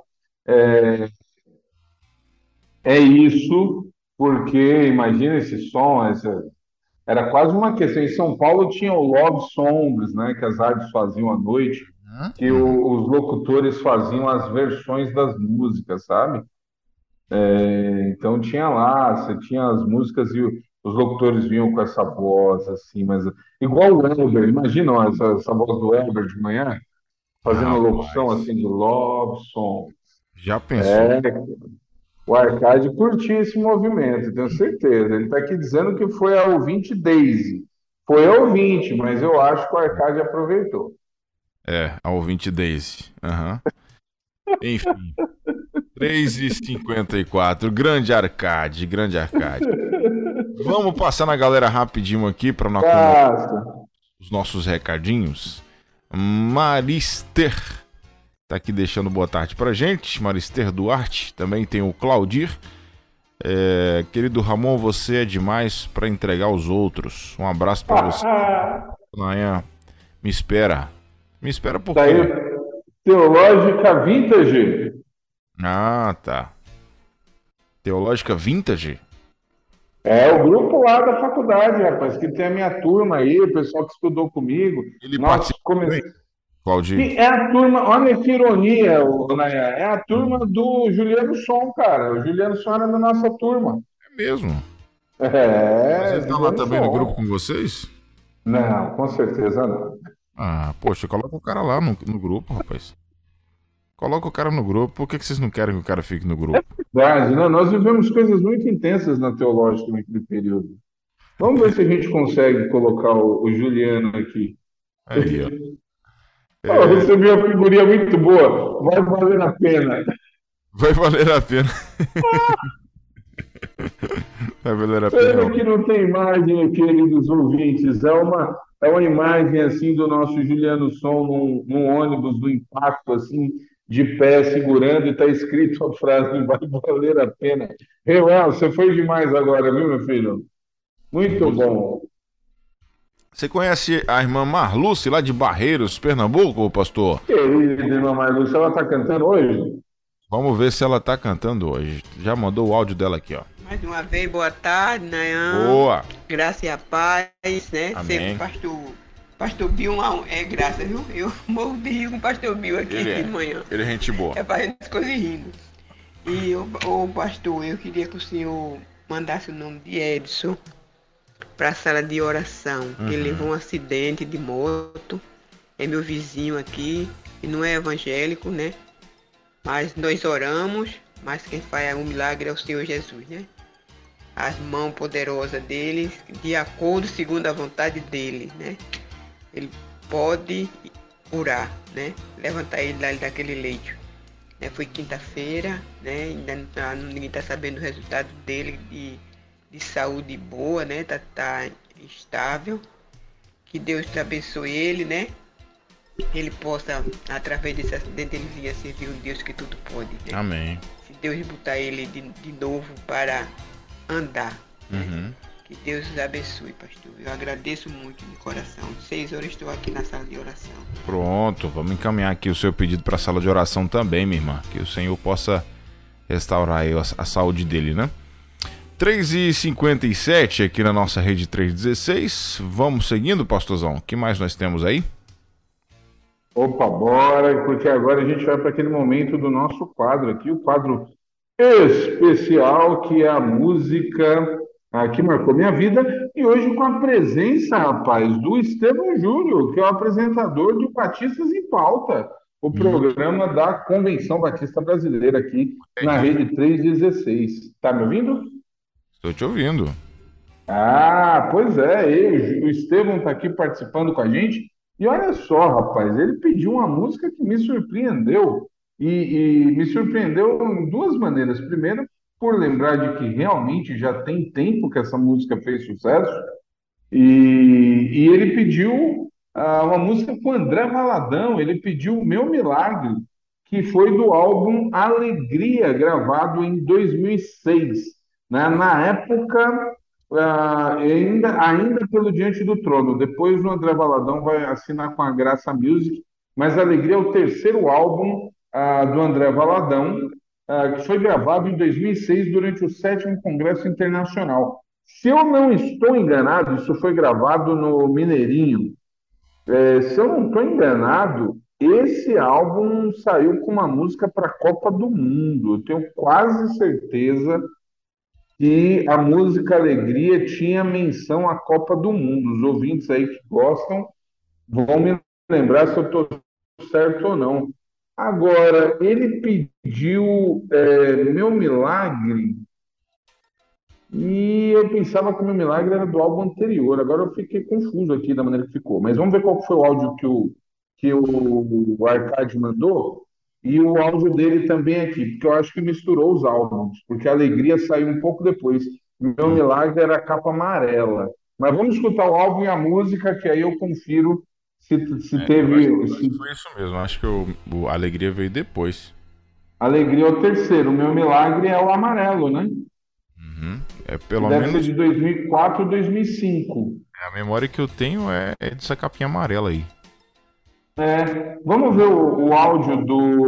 é isso, porque imagina esse som, era quase uma questão. Em São Paulo tinha o Love Songs, né, que as rádios faziam à noite, que os locutores faziam as versões das músicas, sabe? Então tinha lá, você tinha as músicas e os locutores vinham com essa voz assim, mas igual o Elber, imagina ó, essa voz do Elber de manhã, fazendo a locução assim de Love Song. Já pensou? O Arcade curtiu esse movimento, tenho certeza. Ele está aqui dizendo que foi a ouvinte Daisy. Foi a ouvinte, mas eu acho que o Arcade aproveitou. A ouvinte Daisy. Enfim. 3h54. Grande Arcade. Vamos passar na galera rapidinho aqui para não acumular Passa. os nossos recadinhos. Marister tá aqui deixando boa tarde pra gente. Marister Duarte. Também tem o Claudir. Querido Ramon, você é demais pra entregar aos outros. Um abraço pra você. Amanhã. Me espera. Me espera por Tá quê? aí, Teológica Vintage. Ah, tá. Teológica Vintage? É o grupo lá da faculdade, rapaz, que tem a minha turma aí, o pessoal que estudou comigo. Ele Nós participa come... também, Claudir? Que é a turma, olha que ironia, Naya, é a turma do Juliano Som, cara. O Juliano Som era da nossa turma. É mesmo. Mas É, ele tá lá Juliano também no Som. grupo com vocês? Não, com certeza não. Ah, poxa, coloca o cara lá no grupo, rapaz. Coloca o cara no grupo. Por que vocês não querem que o cara fique no grupo? Verdade, não, nós vivemos coisas muito intensas na teológica naquele período. Vamos ver se a gente consegue colocar o Juliano aqui. Aí, ó. Eu recebi uma figurinha muito boa, vai valer a pena. Vai valer a pena. Vai valer a Pena pena. que não tem imagem, queridos ouvintes. É uma imagem assim do nosso Juliano Som num ônibus do impacto, assim, de pé, segurando, e está escrito a frase: vai valer a pena. Reuel, você foi demais agora, viu, meu filho? Muito bom. Você conhece a irmã Marluce, lá de Barreiros, Pernambuco, pastor? Querida irmã Marluce, ela está cantando hoje? Vamos ver se ela tá cantando hoje. Já mandou o áudio dela aqui, ó. Mais uma vez, boa tarde, Nayan. Boa! Graça e a paz, né? Amém. Sempre pastor Bill é graça, viu? Eu morro de rir com o pastor Bill aqui de manhã. Ele é gente boa. É fazendo as coisas rindo. E, ô pastor, eu queria que o senhor mandasse o nome de Edson para a sala de oração. Que ele levou um acidente de moto. É meu vizinho aqui. E não é evangélico, né? Mas nós oramos. Mas quem faz o milagre é o Senhor Jesus, né? As mãos poderosas dele, de acordo segundo a vontade dele, né? Ele pode curar, né? Levantar ele daquele leito. Né? Foi quinta-feira, né? Ainda ninguém está sabendo o resultado dele de saúde boa, né? Tá estável. Que Deus te abençoe ele, né? Ele possa, através desse acidente, ele vinha servir um Deus que tudo pode. Né? Amém. Se Deus botar ele de novo para andar. Né? Que Deus os abençoe, pastor. Eu agradeço muito de coração. 6 horas estou aqui na sala de oração. Pronto, vamos encaminhar aqui o seu pedido para a sala de oração também, minha irmã. Que o Senhor possa restaurar aí a saúde dele, né? 3h57 aqui na nossa rede 316. Vamos seguindo, pastorzão. O que mais nós temos aí? Opa, bora, porque agora a gente vai para aquele momento do nosso quadro aqui, o quadro especial, que é a música que marcou minha vida, e hoje com a presença, rapaz, do Estevão Júnior, que é o apresentador do Batistas em Pauta, o programa da Convenção Batista Brasileira aqui na Rede 316. Tá me ouvindo? Estou te ouvindo. Ah, pois é, o Estevão está aqui participando com a gente. E olha só, rapaz, ele pediu uma música que me surpreendeu. E me surpreendeu em duas maneiras. Primeiro, por lembrar de que realmente já tem tempo que essa música fez sucesso. E ele pediu uma música com André Valadão. Ele pediu O Meu Milagre, que foi do álbum Alegria, gravado em 2006. Né? Na época, ainda pelo Diante do Trono. Depois o André Valadão vai assinar com a Graça Music, mas Alegria é o terceiro álbum do André Valadão, que foi gravado em 2006 durante o 7º Congresso Internacional. Se eu não estou enganado, isso foi gravado no Mineirinho. Se eu não estou enganado, esse álbum saiu com uma música para a Copa do Mundo. Eu tenho quase certeza que a música Alegria tinha menção à Copa do Mundo. Os ouvintes aí que gostam vão me lembrar se eu estou certo ou não. Agora, ele pediu Meu Milagre, e eu pensava que o Meu Milagre era do álbum anterior. Agora eu fiquei confuso aqui da maneira que ficou. Mas vamos ver qual foi o áudio que o Arcade mandou. E o áudio dele também aqui, porque eu acho que misturou os álbuns, porque a Alegria saiu um pouco depois. Meu Milagre era a capa amarela. Mas vamos escutar o álbum e a música, que aí eu confiro se Eu acho, teve. eu acho que foi isso mesmo. Acho que a Alegria veio depois. Alegria é o terceiro. O Meu Milagre é o amarelo, né? Uhum. É Que pelo deve ser menos de 2004 ou 2005. a memória que eu tenho é dessa capinha amarela aí. Vamos ver o áudio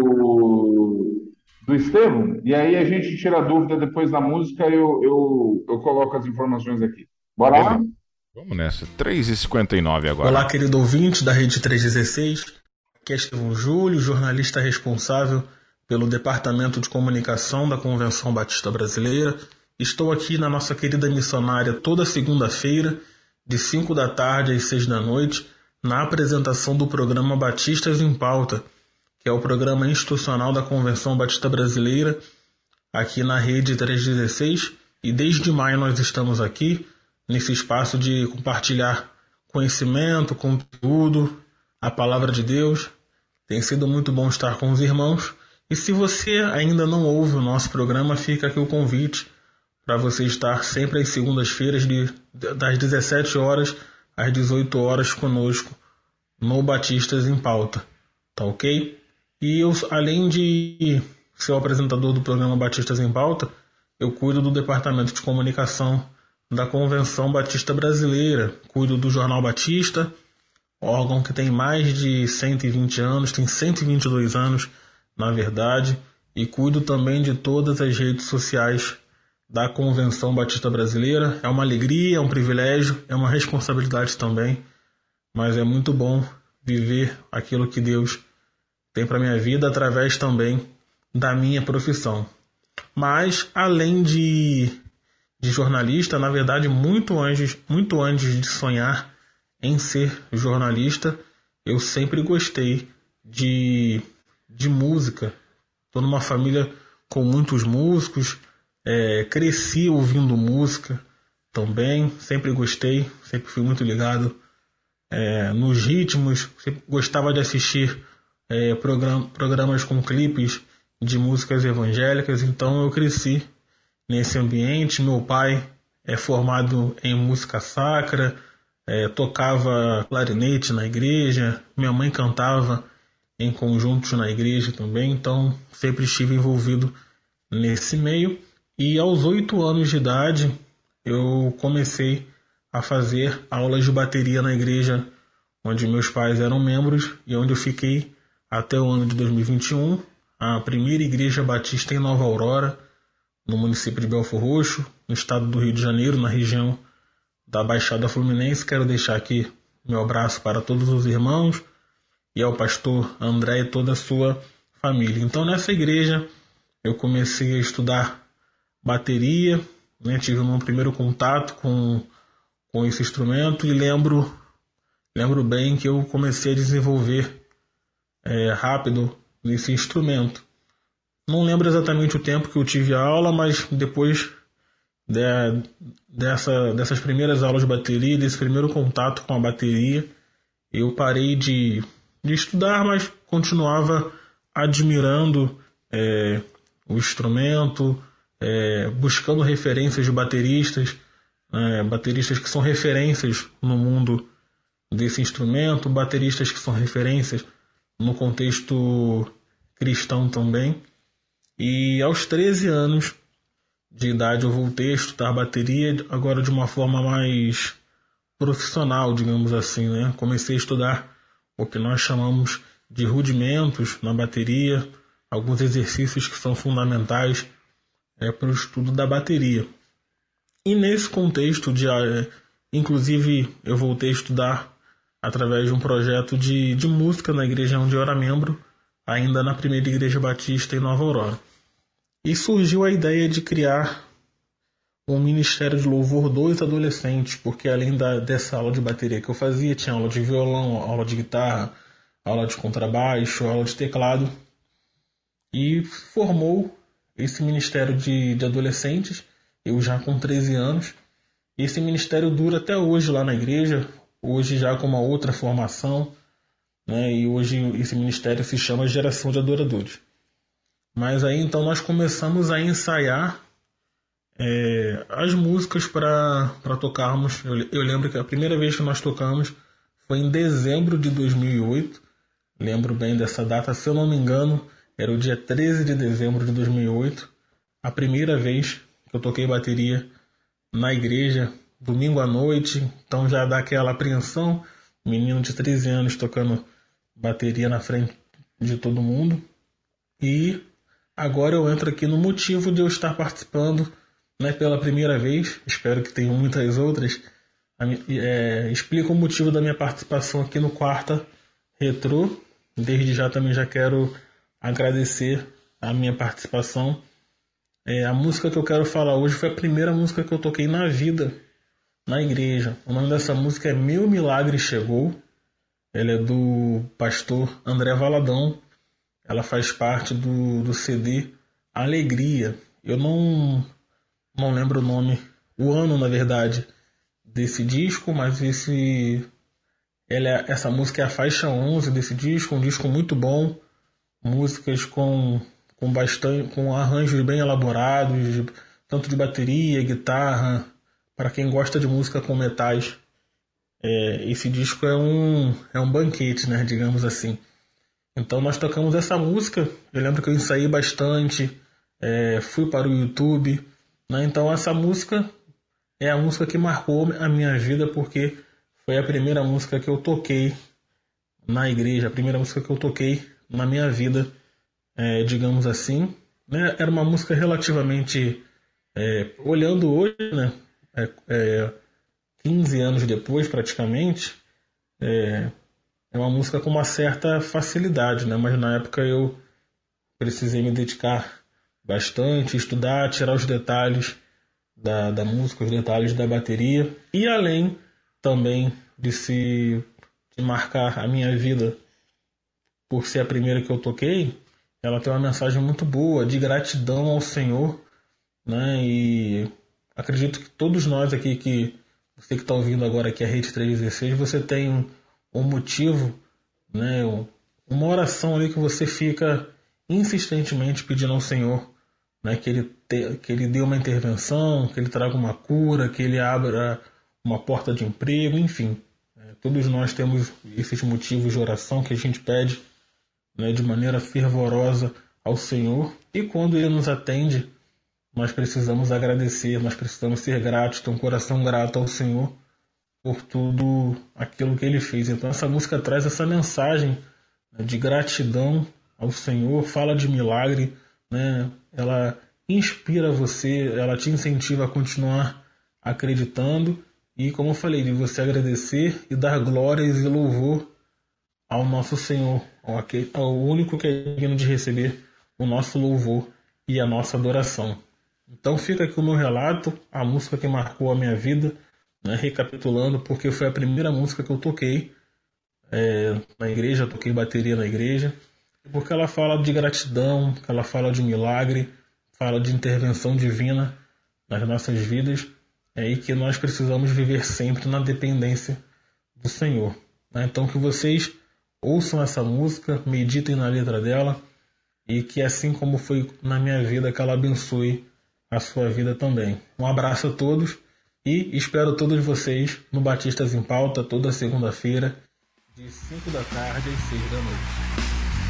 do Estevão? E aí a gente tira a dúvida depois da música e eu coloco as informações aqui. Bora lá? Beleza. Vamos nessa. 3h59 agora. Olá, querido ouvinte da Rede 316. Aqui é Estevão Júlio, jornalista responsável pelo Departamento de Comunicação da Convenção Batista Brasileira. Estou aqui na nossa querida missionária toda segunda-feira, de 5 da tarde às 6 da noite, na apresentação do programa Batistas em Pauta, que é o programa institucional da Convenção Batista Brasileira, aqui na Rede 316. E desde maio nós estamos aqui, nesse espaço de compartilhar conhecimento, conteúdo, a palavra de Deus. Tem sido muito bom estar com os irmãos. E se você ainda não ouve o nosso programa, fica aqui o convite para você estar sempre às segundas-feiras, das 17 horas às 18 horas conosco no Batistas em Pauta. Tá ok? E eu, além de ser o apresentador do programa Batistas em Pauta, eu cuido do Departamento de Comunicação da Convenção Batista Brasileira. Cuido do Jornal Batista, órgão que tem mais de 120 anos, tem 122 anos, na verdade, e cuido também de todas as redes sociais da Convenção Batista Brasileira. É uma alegria, é um privilégio, é uma responsabilidade também, mas é muito bom viver aquilo que Deus tem para minha vida através também da minha profissão. Mas, além de jornalista, na verdade, muito antes de sonhar em ser jornalista, eu sempre gostei de música. Estou numa família com muitos músicos, cresci ouvindo música também, sempre gostei, sempre fui muito ligado nos ritmos, sempre gostava de assistir programas com clipes de músicas evangélicas, então eu cresci nesse ambiente. Meu pai é formado em música sacra, tocava clarinete na igreja, minha mãe cantava em conjuntos na igreja também, então sempre estive envolvido nesse meio. E aos 8 anos de idade eu comecei a fazer aulas de bateria na igreja onde meus pais eram membros e onde eu fiquei até o ano de 2021, a primeira igreja batista em Nova Aurora, no município de Belfor Roxo, no estado do Rio de Janeiro, na região da Baixada Fluminense. Quero deixar aqui meu abraço para todos os irmãos e ao pastor André e toda a sua família. Então, nessa igreja, eu comecei a estudar bateria, né? Tive um primeiro contato com esse instrumento e lembro bem que eu comecei a desenvolver rápido esse instrumento. Não lembro exatamente o tempo que eu tive a aula, mas depois dessas primeiras aulas de bateria, desse primeiro contato com a bateria, eu parei de estudar, mas continuava admirando o instrumento, buscando referências de bateristas, bateristas que são referências no mundo desse instrumento, bateristas que são referências no contexto cristão também. E aos 13 anos de idade eu voltei a estudar bateria, agora de uma forma mais profissional, digamos assim, né? Comecei a estudar o que nós chamamos de rudimentos na bateria, alguns exercícios que são fundamentais para o estudo da bateria. E nesse contexto, inclusive eu voltei a estudar através de um projeto de música na igreja onde eu era membro, ainda na primeira igreja batista em Nova Aurora. E surgiu a ideia de criar um ministério de louvor dos adolescentes, porque além dessa aula de bateria que eu fazia, tinha aula de violão, aula de guitarra, aula de contrabaixo, aula de teclado. E formou esse ministério de adolescentes, eu já com 13 anos. Esse ministério dura até hoje lá na igreja, hoje já com uma outra formação, né? E hoje esse ministério se chama Geração de Adoradores. Mas aí então nós começamos a ensaiar as músicas para tocarmos. Eu lembro que a primeira vez que nós tocamos foi em dezembro de 2008. Lembro bem dessa data, se eu não me engano, era o dia 13 de dezembro de 2008. A primeira vez que eu toquei bateria na igreja, domingo à noite. Então já dá aquela apreensão. Menino de 13 anos tocando bateria na frente de todo mundo. E agora eu entro aqui no motivo de eu estar participando, né, pela primeira vez. Espero que tenham muitas outras. Explico o motivo da minha participação aqui no Quarta Retrô. Desde já também já quero agradecer a minha participação. A música que eu quero falar hoje foi a primeira música que eu toquei na vida, na igreja. O nome dessa música é Meu Milagre Chegou. Ela é do pastor André Valadão. Ela faz parte do CD Alegria. Eu não lembro o ano, na verdade, desse disco, mas essa música é a faixa 11 desse disco, um disco muito bom. Músicas com arranjos bem elaborados, tanto de bateria, guitarra. Para quem gosta de música com metais, esse disco é um banquete, né, digamos assim. Então nós tocamos essa música. Eu lembro que eu ensaiei bastante, fui para o YouTube, né? Então essa música é a música que marcou a minha vida, porque foi a primeira música que eu toquei na igreja, a primeira música que eu toquei na minha vida, digamos assim, né? Era uma música relativamente, olhando hoje, né, 15 anos depois praticamente, é uma música com uma certa facilidade, né? Mas na época eu precisei me dedicar bastante, estudar, tirar os detalhes da música, os detalhes da bateria, e além também de marcar a minha vida por ser a primeira que eu toquei, ela tem uma mensagem muito boa de gratidão ao Senhor, né? E acredito que todos nós aqui, você que está ouvindo agora aqui a Rede 316, você tem um motivo, né? Uma oração ali que você fica insistentemente pedindo ao Senhor, né? Que ele dê uma intervenção, que ele traga uma cura, que ele abra uma porta de emprego, enfim. Todos nós temos esses motivos de oração que a gente pede, né, de maneira fervorosa ao Senhor. E quando Ele nos atende, nós precisamos agradecer, nós precisamos ser gratos, ter um coração grato ao Senhor por tudo aquilo que Ele fez. Então essa música traz essa mensagem, né, de gratidão ao Senhor, fala de milagre, né? Ela inspira você, ela te incentiva a continuar acreditando e, como eu falei, de você agradecer e dar glórias e louvor ao nosso Senhor, ao único que é digno de receber o nosso louvor e a nossa adoração. Então fica aqui o meu relato, a música que marcou a minha vida, né, recapitulando, porque foi a primeira música que eu toquei na igreja, toquei bateria na igreja, porque ela fala de gratidão, ela fala de milagre, fala de intervenção divina nas nossas vidas, e que nós precisamos viver sempre na dependência do Senhor. Então que vocês ouçam essa música, meditem na letra dela, e que assim como foi na minha vida, que ela abençoe a sua vida também. Um abraço a todos e espero todos vocês no Batistas em Pauta toda segunda-feira, de 5 da tarde às 6 da noite.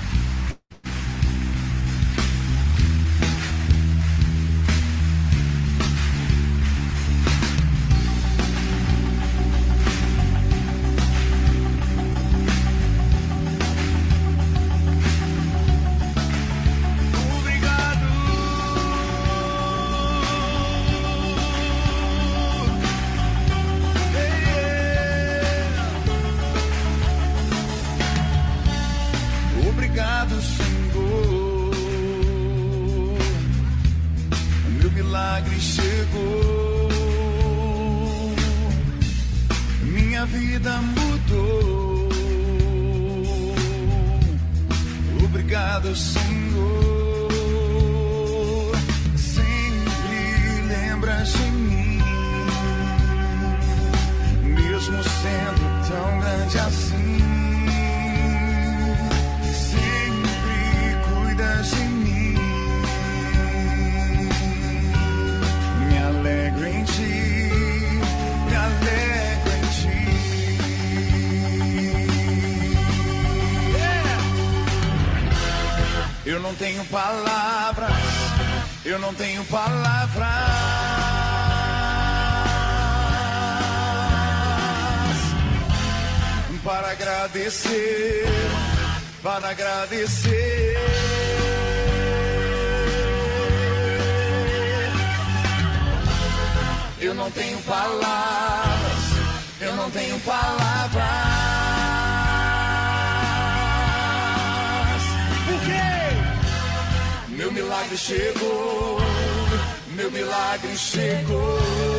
Obrigado, Senhor. O meu milagre chegou. Minha vida mudou. Obrigado, Senhor. Sempre lembras de mim, mesmo sendo tão grande assim. De mim, minha Eu não tenho palavras, eu não tenho palavras para agradecer, para agradecer. Eu não tenho palavras, eu não tenho palavras. Por quê? Meu milagre chegou, meu milagre chegou.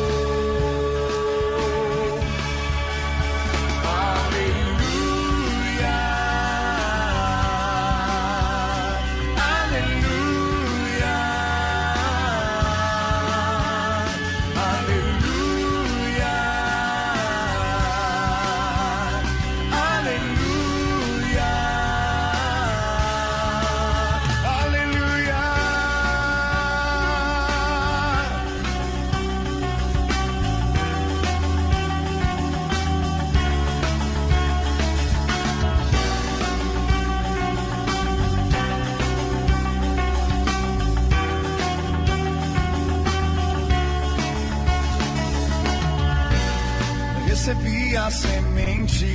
Recebi a semente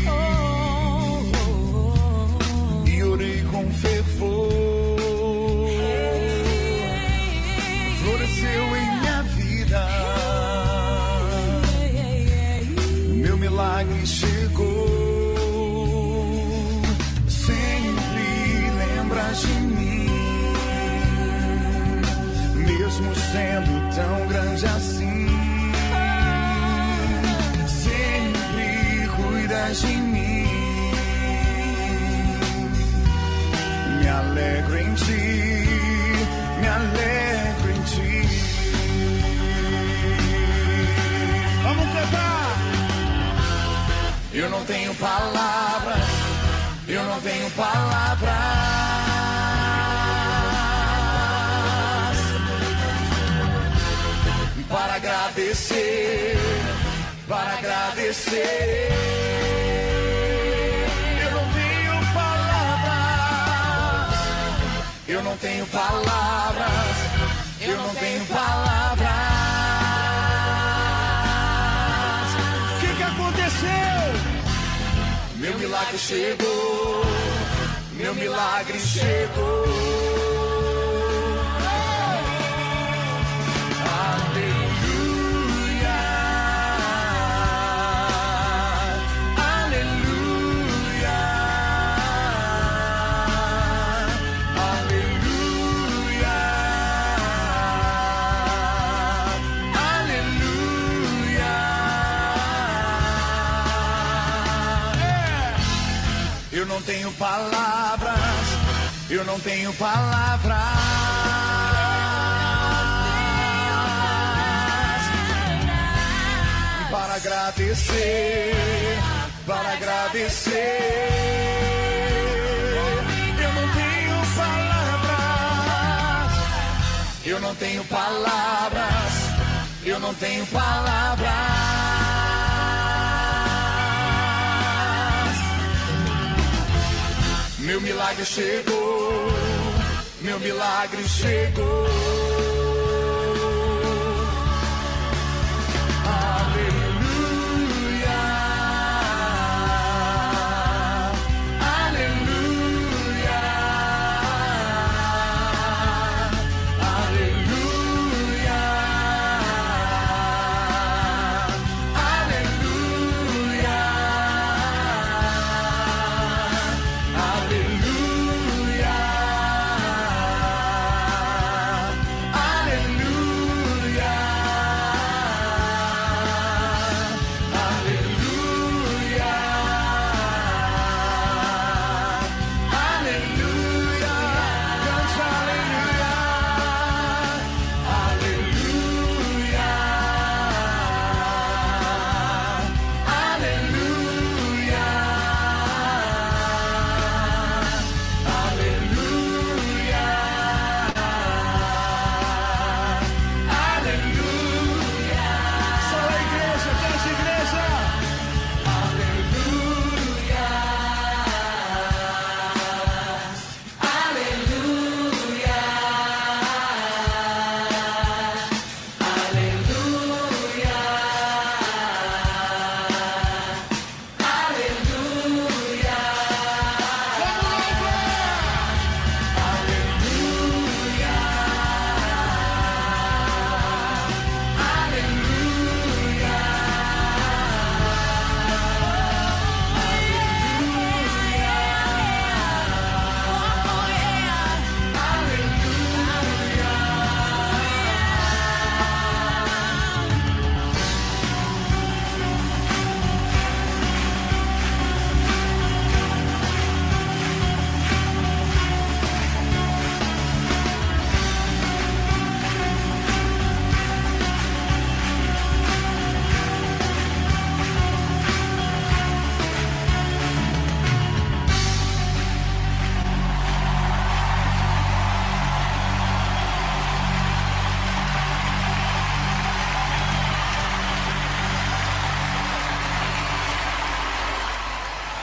e orei com fervor. Floresceu em minha vida, meu milagre chegou. Sempre lembras de mim, mesmo sendo tão grande assim. De mim, me alegro em ti, me alegro em ti. Vamos cantar! Eu não tenho palavras, eu não tenho palavras para agradecer, para agradecer. Eu não tenho palavras, eu não tenho palavras. O que aconteceu? Meu milagre chegou, meu milagre chegou. Eu não tenho palavras, eu não tenho palavras para agradecer, para agradecer. Eu não tenho palavras, eu não tenho palavras, eu não tenho palavras. Meu milagre chegou, meu milagre chegou. Aleluia, aleluia, aleluia, aleluia.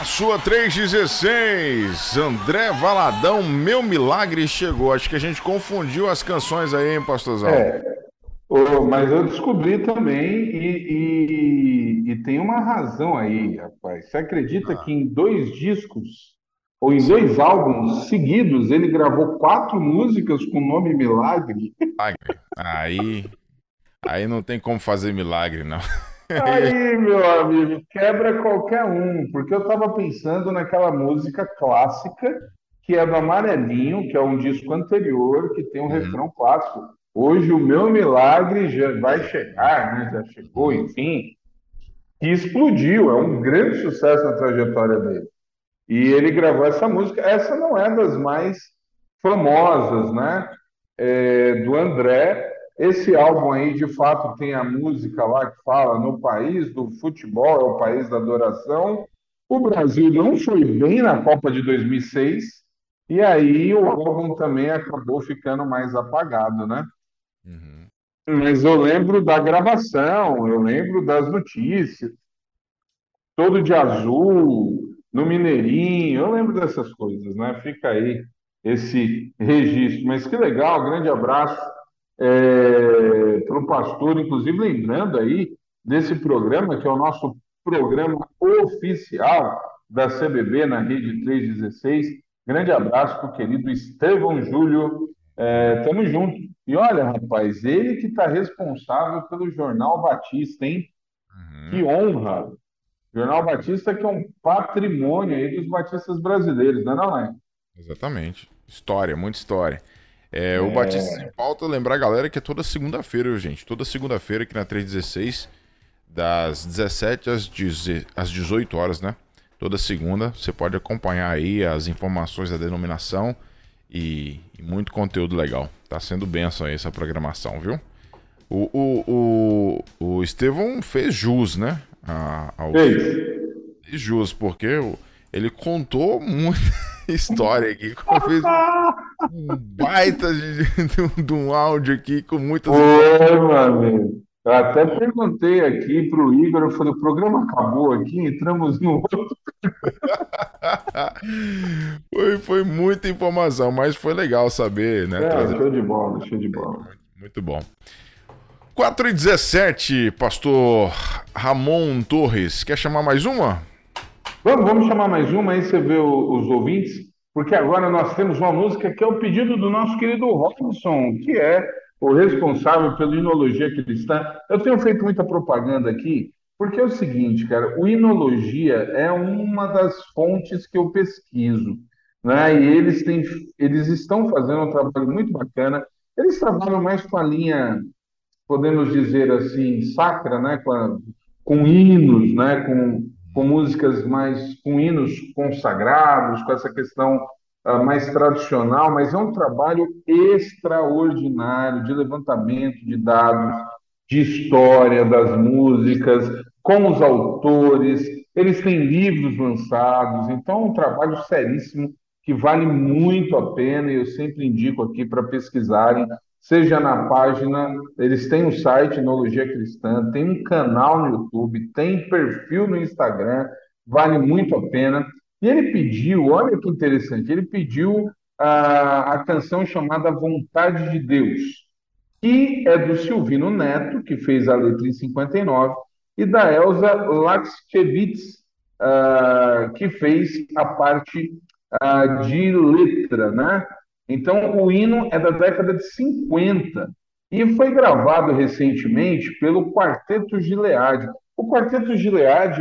Sua 316, André Valadão, Meu Milagre Chegou. Acho que a gente confundiu as canções aí, hein, pastorzão? Mas eu descobri também e tem uma razão aí, rapaz. Você acredita que em 2 discos, ou em 2 álbuns seguidos, ele gravou 4 músicas com o nome Milagre? Milagre. Aí não tem como fazer milagre, não. Aí, meu amigo, quebra qualquer um, porque eu estava pensando naquela música clássica que é do Amarelinho, que é um disco anterior, que tem um refrão clássico. Hoje o meu milagre já vai chegar, né? Já chegou, enfim. E explodiu, é um grande sucesso na trajetória dele. E ele gravou essa música. Essa não é das mais famosas, né? Do André. Esse álbum aí, de fato, tem a música lá que fala no país do futebol, é o país da adoração. O Brasil não foi bem na Copa de 2006, e aí o álbum também acabou ficando mais apagado, né? Mas eu lembro da gravação, eu lembro das notícias, todo de azul, no Mineirinho, eu lembro dessas coisas, né? Fica aí esse registro. Mas que legal, grande abraço para o pastor, inclusive lembrando aí desse programa, que é o nosso programa oficial da CBB na Rede 316. Grande abraço para o querido Estevão Júlio. Tamo junto. E olha, rapaz, ele que está responsável pelo Jornal Batista, hein? Que honra! Jornal Batista que é um patrimônio aí dos batistas brasileiros, não é? Exatamente. História, muita história. O Batista em Pauta, lembrar a galera que é toda segunda-feira, gente. Toda segunda-feira aqui na 316, das 17 às 18 horas, né? Toda segunda, você pode acompanhar aí as informações da denominação e muito conteúdo legal. Tá sendo bênção aí essa programação, viu? O Estevão fez jus, né? Fez jus, porque ele contou muita história aqui. Fez um baita de um áudio aqui com muitas meu amigo. Eu até perguntei aqui para o Igor, eu falei, o programa acabou aqui, entramos no outro. Foi muita informação, mas foi legal saber, né? Show de bola, show de bola. Muito bom. 4h17, pastor Ramon Torres. Quer chamar mais uma? Vamos chamar mais uma, aí você vê os ouvintes, porque agora nós temos uma música que é o pedido do nosso querido Robson, que é o responsável pela Hinologia Cristã. Eu tenho feito muita propaganda aqui, porque é o seguinte, cara, o Hinologia é uma das fontes que eu pesquiso, né? E eles estão fazendo um trabalho muito bacana. Eles trabalham mais com a linha, podemos dizer assim, sacra, né? Com hinos, né? Com músicas mais, com hinos consagrados, com essa questão mais tradicional, mas é um trabalho extraordinário de levantamento de dados, de história das músicas, com os autores. Eles têm livros lançados, então é um trabalho seríssimo que vale muito a pena e eu sempre indico aqui para pesquisarem, seja na página, eles têm um site, Enologia Cristã, tem um canal no YouTube, tem perfil no Instagram, vale muito a pena. E ele pediu, olha que interessante, ele pediu a canção chamada Vontade de Deus, que é do Silvino Neto, que fez a letra em 59, e da Elza Laxchevitz, que fez a parte de letra, né? Então, o hino é da década de 50 e foi gravado recentemente pelo Quarteto Gilead. O Quarteto Gilead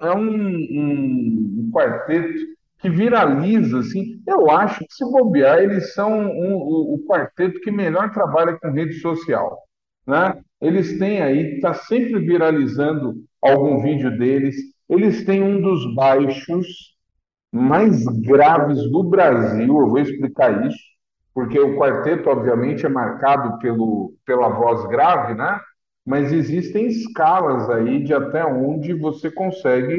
é um quarteto que viraliza, assim. Eu acho que, se bobear, eles são o quarteto que melhor trabalha com rede social, né? Eles têm aí, está sempre viralizando algum vídeo deles. Eles têm um dos baixos mais graves do Brasil, eu vou explicar isso, porque o quarteto, obviamente, é marcado pela voz grave, né? Mas existem escalas aí de até onde você consegue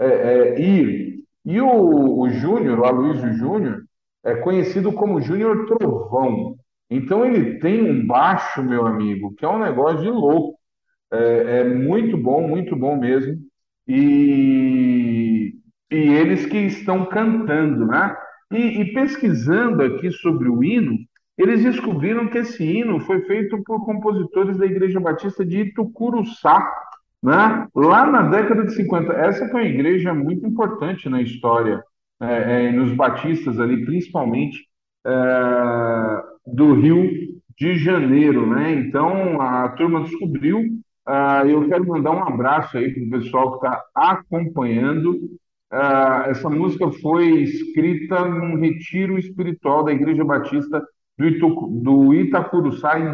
ir. E o Júnior, o Aloysio Júnior, é conhecido como Júnior Trovão. Então ele tem um baixo, meu amigo, que é um negócio de louco. É muito bom mesmo. E e eles que estão cantando, né? E pesquisando aqui sobre o hino, eles descobriram que esse hino foi feito por compositores da Igreja Batista de Itucuruçá, né? Lá na década de 50. Essa foi uma igreja muito importante na história, nos batistas ali, principalmente do Rio de Janeiro, né? Então a turma descobriu. Eu quero mandar um abraço aí para o pessoal que está acompanhando. Essa música foi escrita num retiro espiritual da Igreja Batista do Itacuruçá em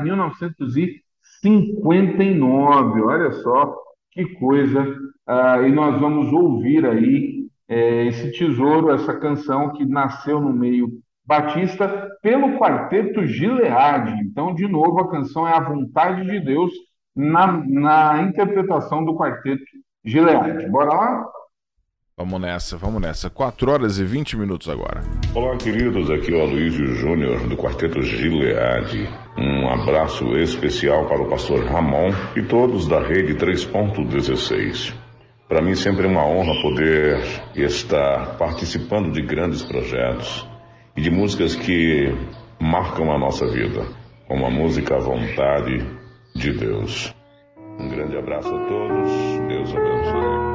1959. Olha só que coisa. E nós vamos ouvir aí esse tesouro, essa canção que nasceu no meio batista pelo Quarteto Gileade. Então, de novo, a canção é A Vontade de Deus na interpretação do Quarteto Gileade. Bora lá? Vamos nessa, vamos nessa. 4 horas e 20 minutos agora. Olá, queridos. Aqui é o Aloysio Júnior, do Quarteto Gileade. Um abraço especial para o pastor Ramon e todos da Rede 3.16. Para mim sempre é uma honra poder estar participando de grandes projetos e de músicas que marcam a nossa vida, como a música A Vontade de Deus. Um grande abraço a todos. Deus abençoe.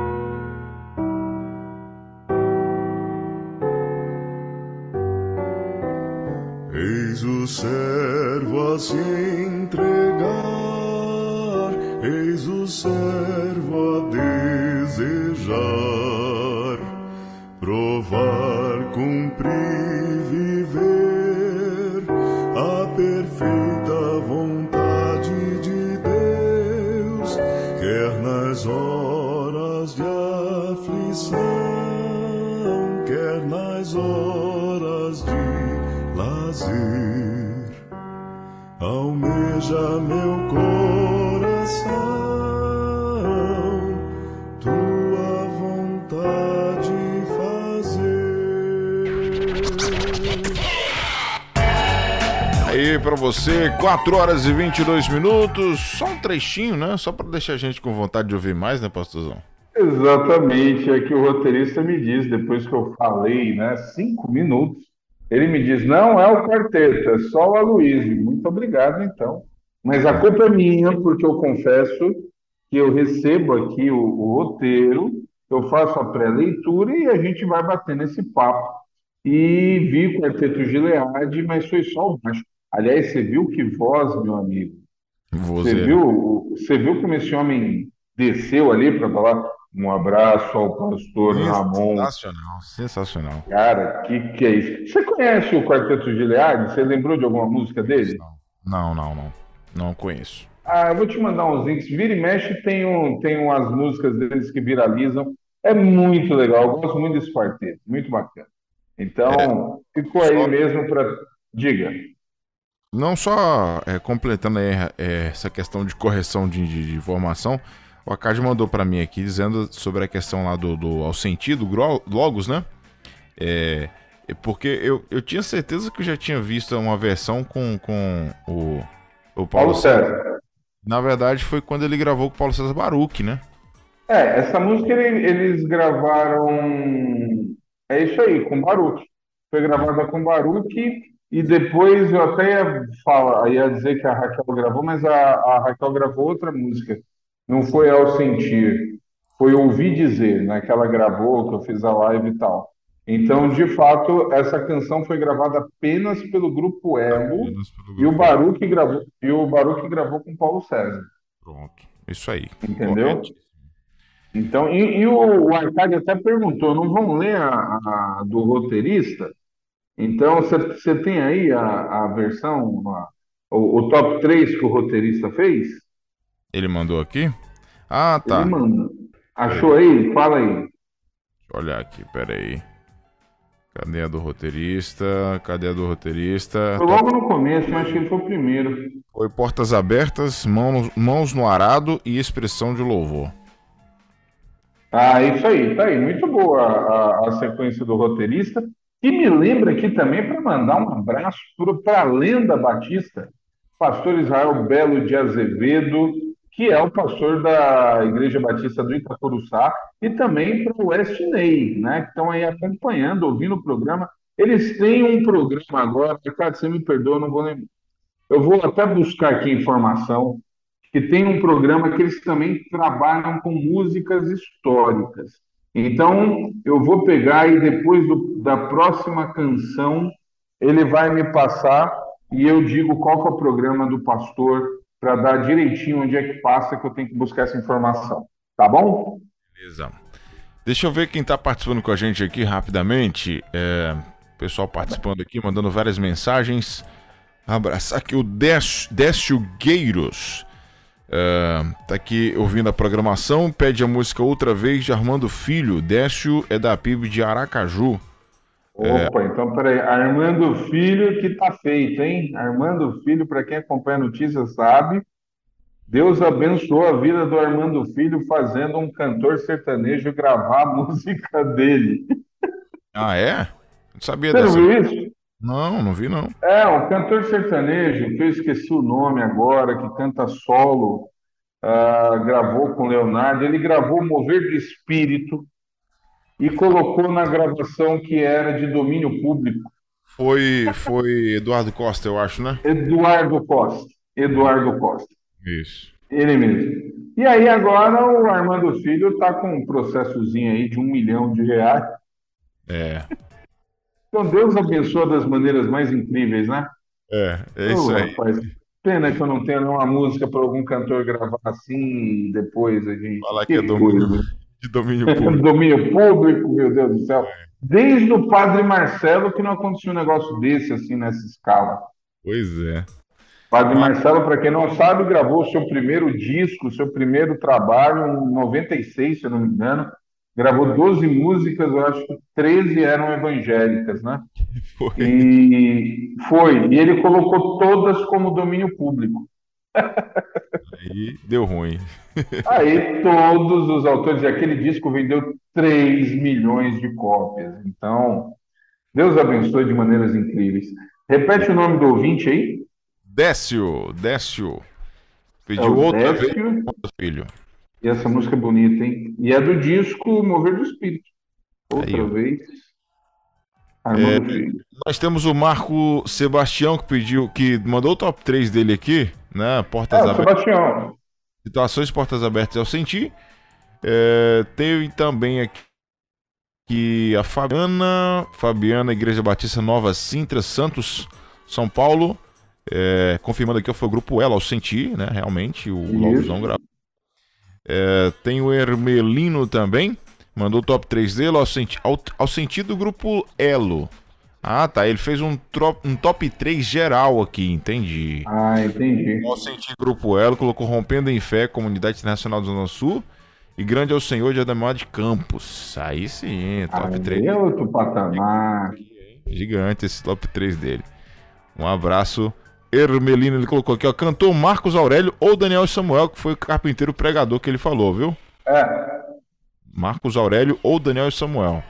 Eis o servo a se entregar, eis o servo a desejar, provar, cumprir, viver a perfeita vontade de Deus, quer nas horas de aflição, quer nas horas de lazer, almeja meu coração, tua vontade fazer. Aí pra você, 4 horas e 22 minutos, só um trechinho, né? Só pra deixar a gente com vontade de ouvir mais, né, pastorzão? Exatamente, é que o roteirista me diz, depois que eu falei, né, 5 minutos, ele me diz, não é o quarteto, é só o Aloysio. Muito obrigado, então. Mas a culpa é minha, porque eu confesso que eu recebo aqui o roteiro, eu faço a pré-leitura e a gente vai batendo esse papo. E vi o Quarteto Gileade, mas foi só o baixo. Aliás, você viu que voz, meu amigo? Você viu como esse homem desceu ali para falar? Um abraço ao pastor Ramon. Sensacional, sensacional. Cara, que é isso? Você conhece o Quarteto Gileade? Você lembrou de alguma música dele? Não conheço. Eu vou te mandar uns links. Vira e mexe tem umas músicas deles que viralizam. É muito legal. Eu gosto muito desse quarteto. Muito bacana. Então, ficou aí mesmo para... Diga. Não só completando aí essa questão de correção de informação, o Acad mandou pra mim aqui dizendo sobre a questão lá do ao sentido, logos, né? Porque eu tinha certeza que eu já tinha visto uma versão com o Paulo César. Na verdade, foi quando ele gravou com o Paulo César Baruch, né? Essa música eles gravaram. É isso aí, com Baruch. Foi gravada com Baruch e depois eu até ia dizer que a Raquel gravou, mas a Raquel gravou outra música. Não foi Ao Sentir, foi Ouvir Dizer, né, que ela gravou, que eu fiz a live e tal. Então, de fato, essa canção foi gravada apenas pelo Grupo Elo e o Baruch gravou com Paulo César. Pronto, isso aí. Entendeu? Correto. Então, o Arcade até perguntou, não vão ler a do roteirista? Então, você tem aí a versão, o top 3 que o roteirista fez? Ele mandou aqui? Ah, tá. Ele manda. Achou aí? Fala aí. Deixa eu olhar aqui, peraí. Cadê a do roteirista? Foi logo no começo, mas acho que ele foi o primeiro. Foi Portas Abertas, Mãos no Arado e Expressão de Louvor. Isso aí, tá aí. Muito boa a sequência do roteirista. E me lembra aqui também para mandar um abraço para a Lenda Batista, pastor Israel Belo de Azevedo, que é o pastor da Igreja Batista do Itacoruçá, e também para o Westney, né, que estão aí acompanhando, ouvindo o programa. Eles têm um programa agora, Ricardo, você me perdoa, não vou lembrar. Eu vou até buscar aqui informação, que tem um programa que eles também trabalham com músicas históricas. Então, eu vou pegar e depois da próxima canção, ele vai me passar e eu digo qual que é o programa do pastor para dar direitinho onde é que passa, que eu tenho que buscar essa informação. Tá bom? Beleza. Deixa eu ver quem está participando com a gente aqui rapidamente. Pessoal participando aqui, mandando várias mensagens. Abraçar aqui o Décio Gueiros. Tá aqui ouvindo a programação, pede a música Outra Vez de Armando Filho. Décio é da PIB de Aracaju. Opa, então peraí, Armando Filho que tá feito, hein? Armando Filho, para quem acompanha a notícia sabe, Deus abençoou a vida do Armando Filho fazendo um cantor sertanejo gravar a música dele. Ah, é? Não sabia Você dessa. não viu isso? Não vi não. Um cantor sertanejo, que eu esqueci o nome agora, que canta solo, gravou com o Leonardo, ele gravou Mover do Espírito e colocou na gravação que era de domínio público. Foi Eduardo Costa, eu acho, né? Eduardo Costa. Isso. Ele mesmo. E aí agora o Armando Filho está com um processozinho aí de R$1 milhão. Então Deus abençoa das maneiras mais incríveis, né? É isso aí. Rapaz, pena que eu não tenho nenhuma música para algum cantor gravar assim e depois a gente... Falar que é de domínio público. Domínio público, meu Deus do céu. Desde o Padre Marcelo que não acontecia um negócio desse, assim, nessa escala. Pois é. Padre Marcelo, para quem não sabe, gravou o seu primeiro disco, o seu primeiro trabalho em 96, se eu não me engano. Gravou 12 músicas, eu acho que 13 eram evangélicas, né? E ele colocou todas como domínio público. Aí deu ruim. Aí todos os autores, aquele disco vendeu 3 milhões de cópias. Então, Deus abençoe de maneiras incríveis. Repete o nome do ouvinte aí. Décio. Pediu outra vez, filho. E essa música é bonita, hein? E é do disco Mover do Espírito. Outra vez. Armando Filho. Nós temos o Marco Sebastião que mandou o top 3 dele aqui, né? Portas abertas. Sebastião. Situações Portas Abertas ao Sentir. Tem também aqui a Fabiana, Igreja Batista Nova Sintra, Santos, São Paulo. Confirmando aqui, foi o grupo Ela ao Sentir, né? Realmente, o Lauzão gravou. Tem o Hermelino também. Mandou o top 3 dele ao sentir do grupo Elo. Ah, tá. Ele fez um top 3 geral aqui, entendi. Entendi. Ao sentir grupo Elo, colocou Rompendo em Fé, Comunidade Internacional do Zona Sul. E Grande é o Senhor de Ademar de Campos. Aí sim, top 3. É outro patamar. Gigante esse top 3 dele. Um abraço. Hermelino, ele colocou aqui, ó. Cantor Marcos Aurélio ou Daniel Samuel, que foi o carpinteiro pregador que ele falou, viu? Marcos Aurélio ou Daniel Samuel.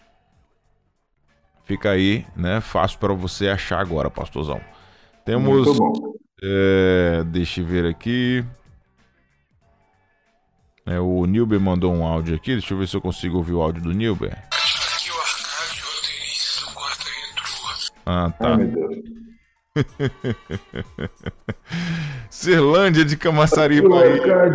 Fica aí, né? Fácil para você achar agora, pastorzão. Temos. Muito bom. Deixa eu ver aqui. O Nilber mandou um áudio aqui. Deixa eu ver se eu consigo ouvir o áudio do Nilber. Aqui o Arcádio, roteirista do Quarta Retrô. Ah, tá. Ai, meu Deus. Cirlândia de Camaçari, Bahia.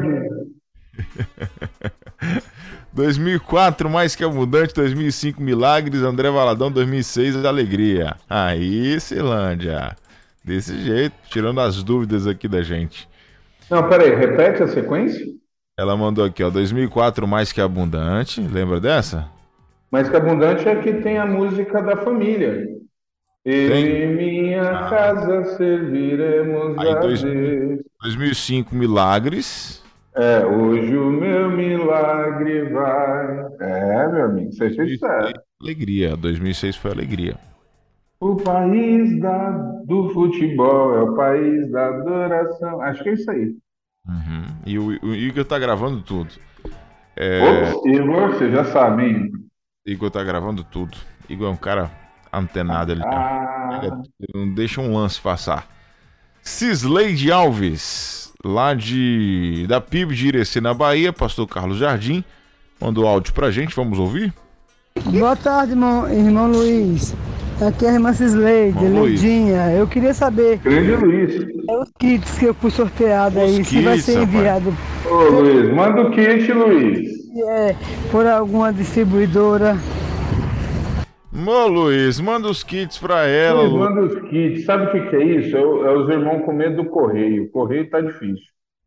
2004, Mais Que Abundante. 2005, Milagres. André Valadão, 2006, Alegria. Aí, Cirlândia. Desse jeito, tirando as dúvidas aqui da gente. Não, peraí, repete a sequência? Ela mandou aqui, ó, 2004, Mais Que Abundante. Lembra dessa? Mais Que Abundante é que tem a música da família. Em minha casa serviremos a Deus. 2005, Milagres. Hoje o meu milagre vai. Meu amigo, você fez certo. Alegria, 2006 foi Alegria. O país do futebol é o país da adoração. Acho que é isso aí. E o Igor tá gravando tudo. Igor, você já sabe, hein? Igor tá gravando tudo. Igor é um cara antenado, ele não deixa um lance passar. Cisleide Alves, lá da PIB de Irecê, na Bahia, pastor Carlos Jardim, mandou áudio pra gente, vamos ouvir? Boa tarde, irmão Luiz. Aqui é a irmã Cisleide, Leidinha. Eu queria saber. Grande Luiz. Os kits que eu fui sorteado aí, se vai ser enviado. Ô Luiz, manda o kit, Luiz. Por alguma distribuidora. Ô Luiz, manda os kits pra ela. Luiz, manda os kits. Sabe o que é isso? É os irmãos com medo do correio. O correio tá difícil.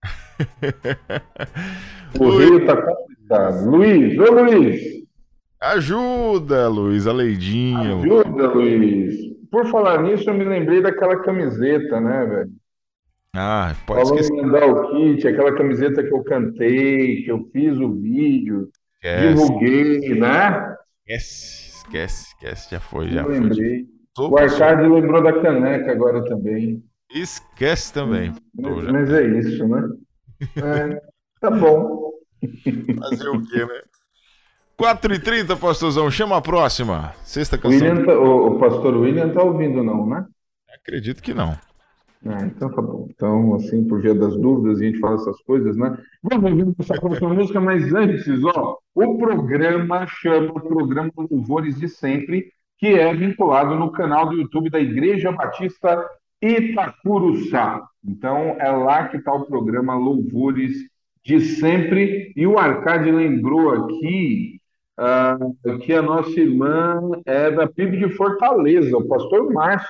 O correio tá complicado. Luiz, ô Luiz. Ajuda, Luiz, a Leidinha. Ajuda, Luiz. Por falar nisso, eu me lembrei daquela camiseta, né, velho? Ah, pode esquecer. Falou em mandar o kit, aquela camiseta que eu cantei, que eu fiz o vídeo, divulguei, né? Esquece, já foi. Lembrei. O Arcade lembrou da caneca agora também. Esquece também. Mas é isso, né? Tá bom. Fazer o quê, né? 4h30, pastorzão, chama a próxima. Sexta canção. O pastor William tá ouvindo não, né? Acredito que não. Então tá bom. Então, assim, por via das dúvidas, a gente fala essas coisas, né? Vamos ouvir essa próxima música, mas antes, o programa chama o programa Louvores de Sempre, que é vinculado no canal do YouTube da Igreja Batista Itacuruçá. Então, é lá que está o programa Louvores de Sempre. E o Arcade lembrou aqui que a nossa irmã é da PIB de Fortaleza, o pastor Márcio.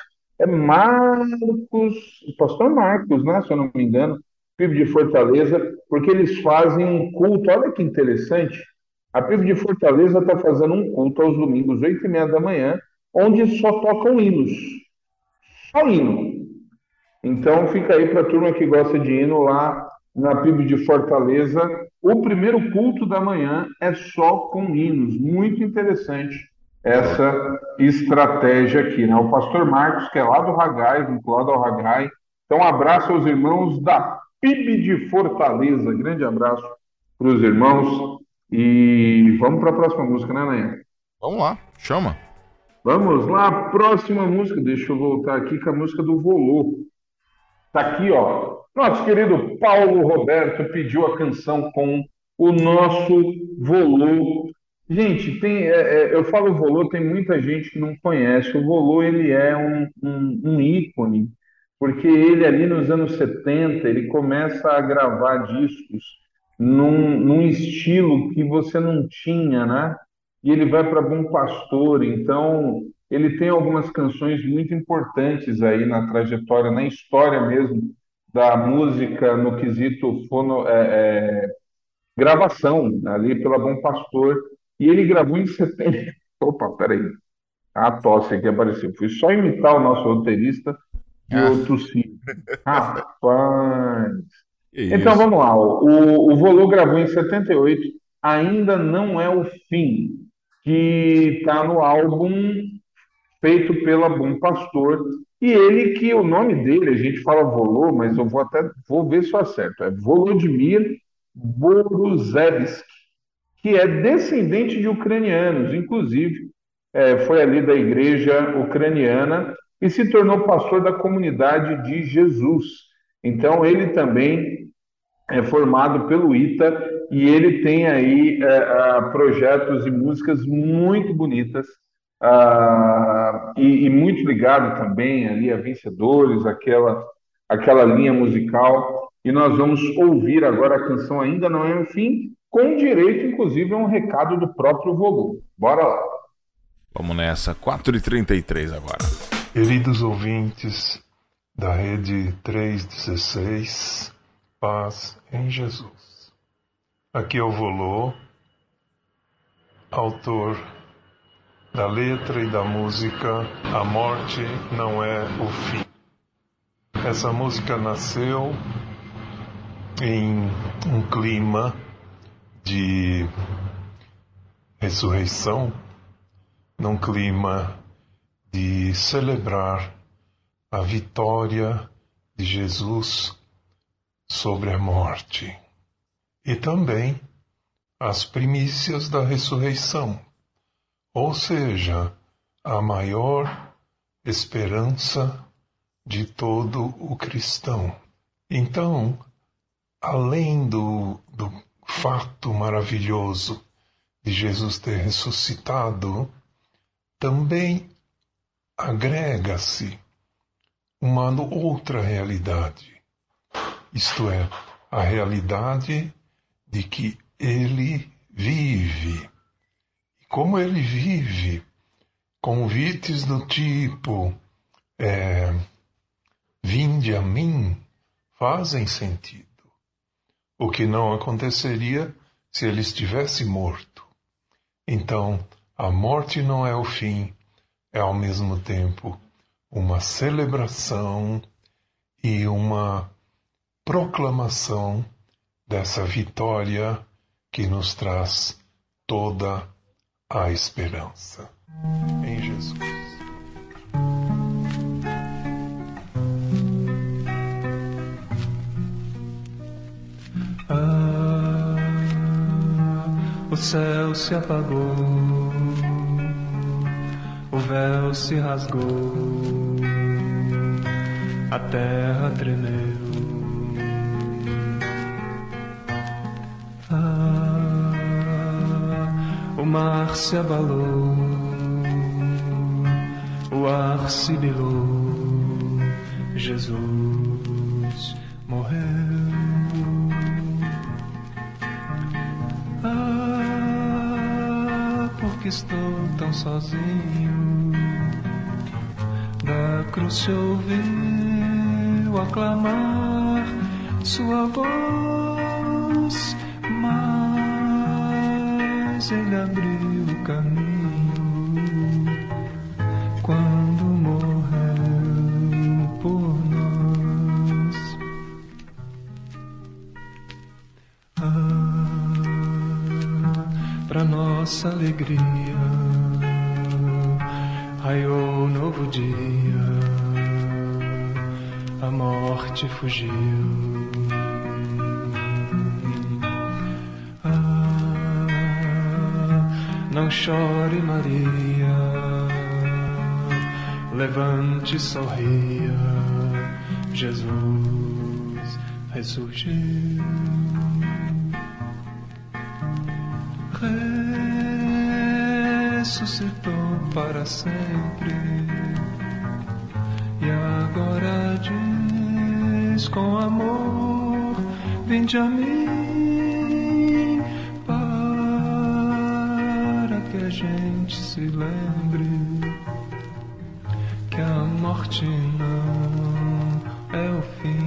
O pastor Marcos, né, se eu não me engano, PIB de Fortaleza, porque eles fazem um culto. Olha que interessante. A PIB de Fortaleza está fazendo um culto aos domingos, 8h30 da manhã, onde só tocam hinos. Só hino. Então fica aí para a turma que gosta de hino lá na PIB de Fortaleza. O primeiro culto da manhã é só com hinos. Muito interessante essa estratégia aqui, né? O pastor Marcos, que é lá do Ragai, vinculado ao Ragai. Então, um abraço aos irmãos da PIB de Fortaleza. Grande abraço para os irmãos. E vamos para a próxima música, né, Nayan? Vamos lá, chama. Vamos lá, próxima música. Deixa eu voltar aqui com a música do Volô. Tá aqui, ó. Nosso querido Paulo Roberto pediu a canção com o nosso Volô. Gente, eu falo Volô, tem muita gente que não conhece. O Volô, ele é um ícone, porque ele ali nos anos 70, ele começa a gravar discos num estilo que você não tinha, né? E ele vai para Bom Pastor, então ele tem algumas canções muito importantes aí na trajetória, na história mesmo da música no quesito gravação, ali pela Bom Pastor. E ele gravou em 70. Opa, peraí. A tosse aqui apareceu. Fui só imitar o nosso roteirista e eu tossi. Rapaz. Então vamos lá. O Volô gravou em 78. Ainda Não É o Fim, que está no álbum feito pela Bom Pastor. E ele, que o nome dele, a gente fala Volô, mas eu vou ver se eu acerto. É Volodymyr Boruzewski, que é descendente de ucranianos, inclusive foi ali da igreja ucraniana e se tornou pastor da comunidade de Jesus. Então ele também é formado pelo ITA e ele tem aí projetos e músicas muito bonitas e muito ligado também ali a Vencedores, aquela linha musical. E nós vamos ouvir agora a canção Ainda Não É o Fim, com direito, inclusive, a um recado do próprio Volô. Bora lá. Vamos nessa, 4h33 agora. Queridos ouvintes da Rede 316, paz em Jesus. Aqui é o Volô, autor da letra e da música A Morte Não É o Fim. Essa música nasceu em um clima de ressurreição, num clima de celebrar a vitória de Jesus sobre a morte e também as primícias da ressurreição, ou seja, a maior esperança de todo o cristão. Então, além do fato maravilhoso de Jesus ter ressuscitado, também agrega-se uma outra realidade, isto é, a realidade de que ele vive. E como ele vive, convites do tipo vinde a mim fazem sentido, o que não aconteceria se ele estivesse morto. Então, a morte não é o fim, é ao mesmo tempo uma celebração e uma proclamação dessa vitória que nos traz toda a esperança em Jesus. O céu se apagou, o véu se rasgou, a terra tremeu. O mar se abalou, o ar sibilou, Jesus morreu. Porque estou tão sozinho, da cruz se ouviu aclamar sua voz, mas ele abriu o caminho quando morreu por nós. Pra nossa alegria raiou um novo dia, a morte fugiu. Não chore, Maria, levante e sorria, Jesus ressurgiu. Ressuscitou para sempre e agora diz com amor: vinde a mim, para que a gente se lembre que a morte não é o fim.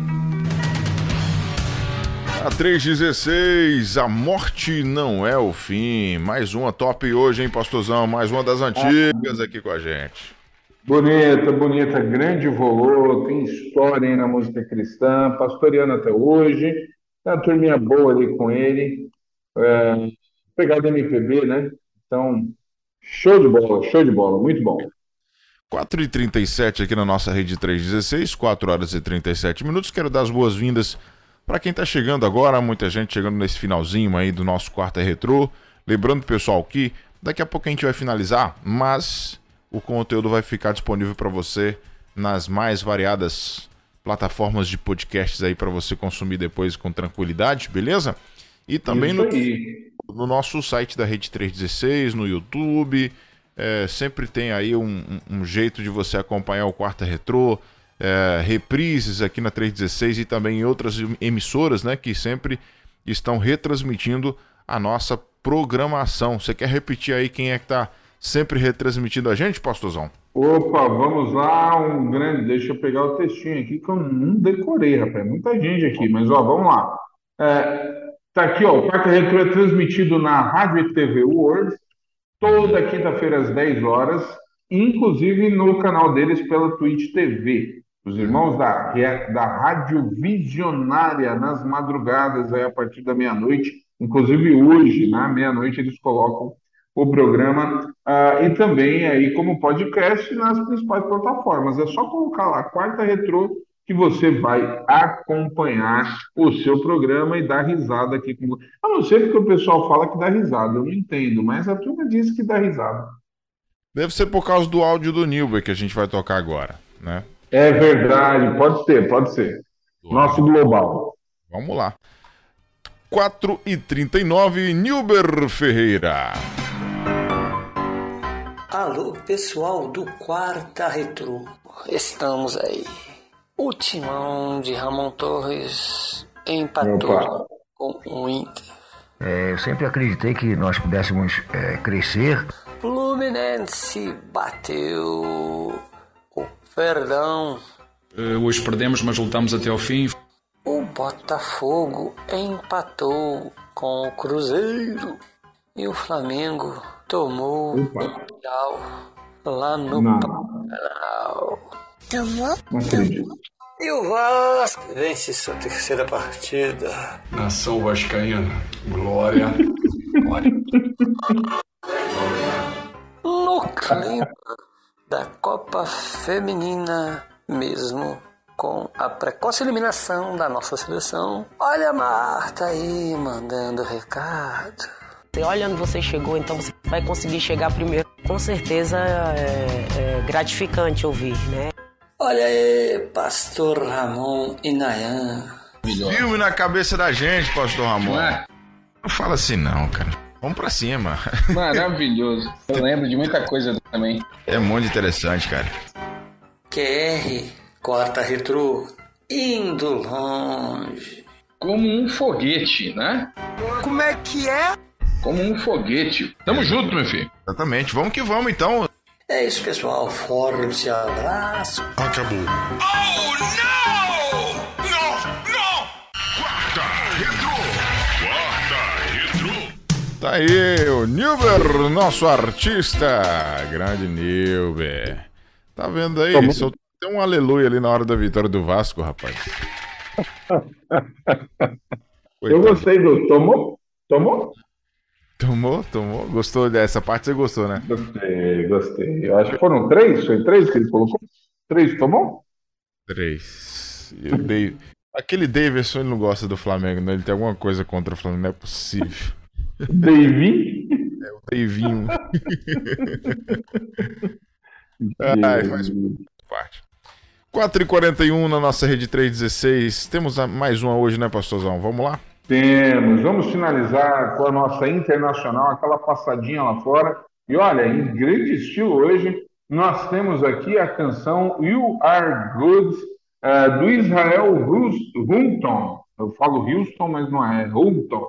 A 3:16, a morte não é o fim. Mais uma top hoje, hein, pastorzão? Mais uma das antigas aqui com a gente. Bonita, bonita, grande volô, tem história aí na música cristã, pastoreando até hoje, tem uma turminha boa ali com ele, pegada MPB, né? Então, show de bola, muito bom. 4h37 aqui na nossa rede 316, 4h37. Quero dar as boas-vindas para quem tá chegando agora, muita gente chegando nesse finalzinho aí do nosso Quarta Retrô. Lembrando, pessoal, que daqui a pouco a gente vai finalizar, mas o conteúdo vai ficar disponível para você nas mais variadas plataformas de podcasts aí para você consumir depois com tranquilidade, beleza? E também no nosso site da Rede 316, no YouTube, sempre tem aí um jeito de você acompanhar o Quarta Retrô, reprises aqui na 316 e também em outras emissoras, né, que sempre estão retransmitindo a nossa programação. Você quer repetir aí quem é que tá sempre retransmitindo a gente, pastorzão? Opa, vamos lá, deixa eu pegar o textinho aqui que eu não decorei, rapaz, muita gente aqui, mas ó, vamos lá. Tá aqui, ó, o Quarta Retrô é transmitido na Rádio e TV World, toda quinta-feira às 10 horas, inclusive no canal deles pela Twitch TV. Os irmãos da Rádio Visionária, nas madrugadas, aí a partir da meia-noite, inclusive hoje, na meia-noite, eles colocam o programa, e também aí como podcast nas principais plataformas. É só colocar lá, Quarta Retrô, que você vai acompanhar o seu programa e dar risada aqui. Eu não sei porque o pessoal fala que dá risada, eu não entendo, mas a turma diz que dá risada. Deve ser por causa do áudio do Nilber que a gente vai tocar agora, né? É verdade, pode ser. Nosso global. Vamos lá. 4h39, Nilber Ferreira. Alô, pessoal do Quarta Retrô. Estamos aí. O timão de Ramon Torres empatou com o Inter. Eu sempre acreditei que nós pudéssemos crescer. Fluminense bateu o Verdão. Hoje perdemos, mas lutamos até ao fim. O Botafogo empatou com o Cruzeiro. E o Flamengo tomou um final lá no Pantanal. Não acredito. E o Vasco vence sua terceira partida. Nação vascaína. Glória. No clima da Copa Feminina, mesmo com a precoce eliminação da nossa seleção. Olha a Marta aí mandando recado. Você olha onde você chegou, então você vai conseguir chegar primeiro. Com certeza é gratificante ouvir, né? Olha aí, Pastor Ramon e Nayan. Filme na cabeça da gente, Pastor Ramon. Não fala assim não, cara. Vamos pra cima. Maravilhoso. Eu lembro de muita coisa também. É muito interessante, cara. QR, Quarta Retrô, indo longe. Como um foguete, né? Como é que é? Como um foguete. Tamo junto, meu filho. Exatamente. Vamos que vamos, então. É isso, pessoal. Forte abraço. Acabou. Oh, não! Não, não! Quarta Retrô. Tá aí, o Nilber, nosso artista. Grande Nilber. Tá vendo aí? Tem um aleluia ali na hora da vitória do Vasco, rapaz. Eu gostei do... Tomou? Tomou. Gostou dessa parte? Você gostou, né? Gostei. Eu acho que foram 3. Foi 3 que ele colocou? 3 tomou? 3. Aquele Davidson, ele não gosta do Flamengo, né? Ele tem alguma coisa contra o Flamengo, não é possível. Davinho? É o Davinho. Faz parte. 4h41 na nossa rede 316. Temos mais uma hoje, né, pastorzão? Vamos lá? Temos. Vamos finalizar com a nossa internacional, aquela passadinha lá fora. E olha, em grande estilo hoje, nós temos aqui a canção You Are Good, do Israel Houghton. Eu falo Houston, mas não é Houghton.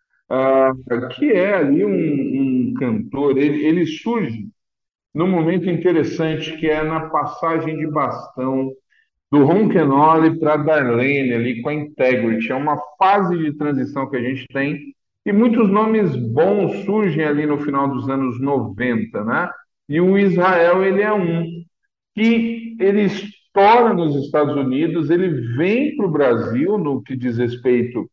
Que é ali um cantor. Ele surge num momento interessante, que é na passagem de bastão do Ron Kenoly para Darlene, ali com a Integrity. É uma fase de transição que a gente tem, e muitos nomes bons surgem ali no final dos anos 90, né? E o Israel, ele é um que ele estoura nos Estados Unidos, ele vem para o Brasil no que diz respeito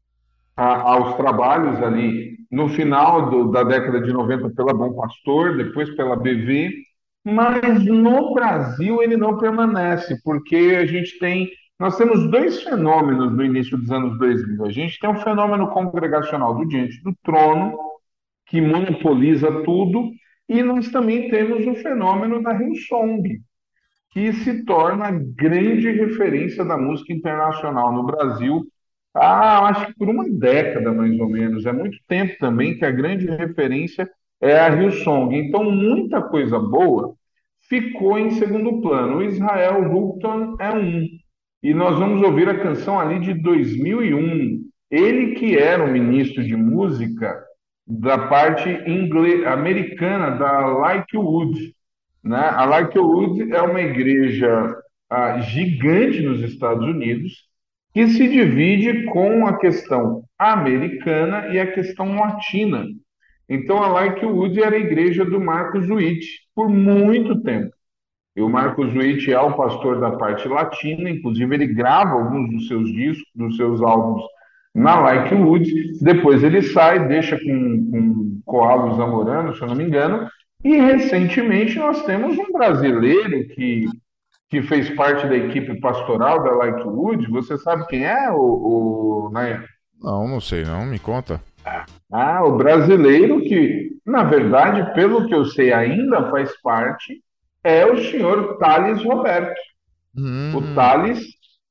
aos trabalhos ali no final da década de 90 pela Bom Pastor, depois pela BV, mas no Brasil ele não permanece, porque nós temos 2 fenômenos no início dos anos 2000. A gente tem um fenômeno congregacional do Diante do Trono, que monopoliza tudo, e nós também temos o fenômeno da Hillsong, que se torna a grande referência da música internacional no Brasil, acho que por uma década, mais ou menos. É muito tempo também que a grande referência é a Hillsong. Então, muita coisa boa ficou em segundo plano. O Israel Houghton é um. E nós vamos ouvir a canção ali de 2001. Ele que era o ministro de música da parte americana da Lakewood, né? A Lakewood é uma igreja gigante nos Estados Unidos, que se divide com a questão americana e a questão latina. Então, a Lakewood era a igreja do Marcos Witt por muito tempo. E o Marcos Witt é o pastor da parte latina, inclusive ele grava alguns dos seus discos, dos seus álbuns na Lakewood, depois ele sai, deixa com Coalo Zamorano, se eu não me engano, e recentemente nós temos um brasileiro que fez parte da equipe pastoral da Lakewood. Você sabe quem é, Nayan? Não sei não, me conta. O brasileiro que, na verdade, pelo que eu sei, ainda faz parte, é o senhor Thales Roberto. O Thales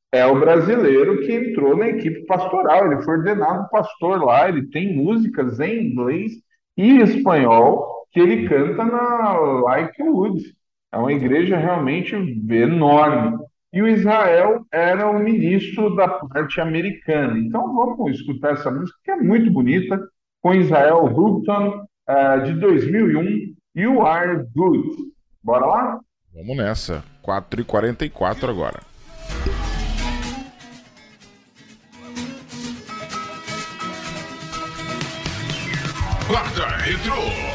É o brasileiro que entrou na equipe pastoral. Ele foi ordenado pastor lá. Ele tem músicas em inglês e espanhol que ele canta na Lakewood. É uma igreja realmente enorme. E o Israel era o ministro da parte americana. Então vamos escutar essa música que é muito bonita, com Israel Houghton, de 2001, You Are Good. Bora lá? Vamos nessa. 4h44 agora. Guarda Retrô.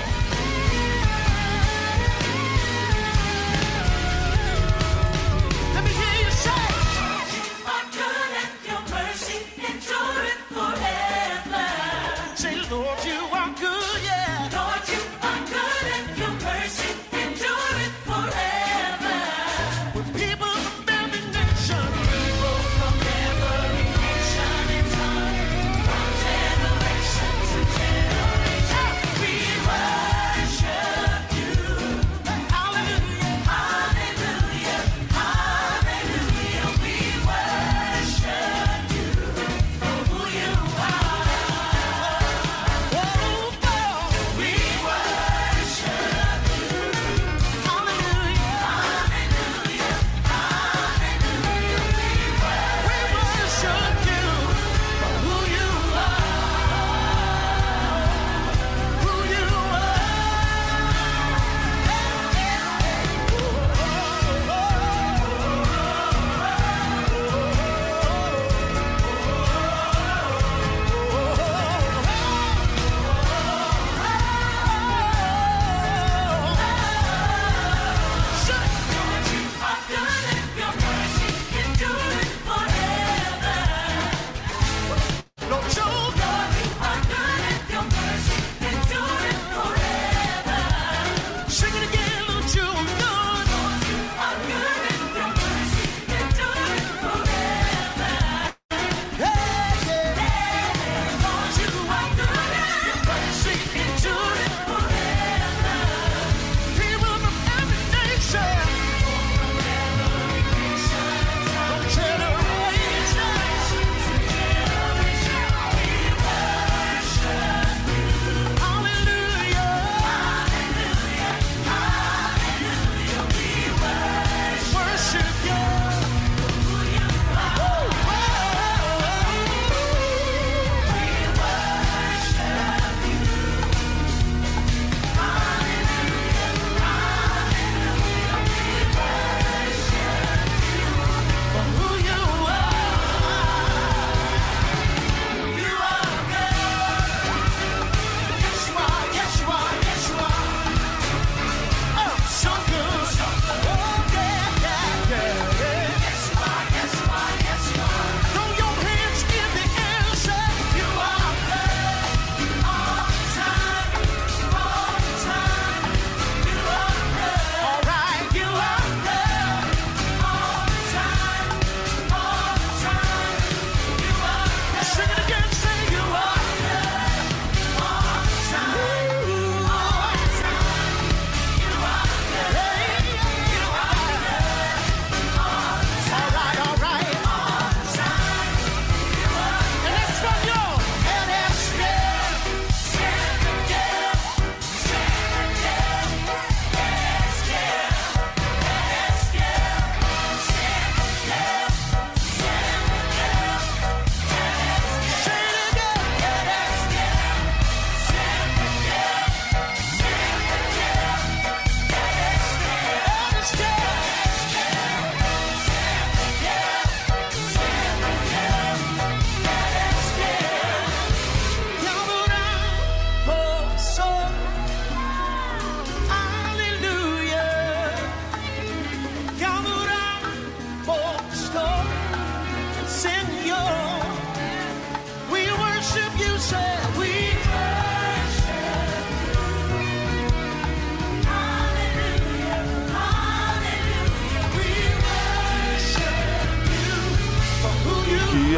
que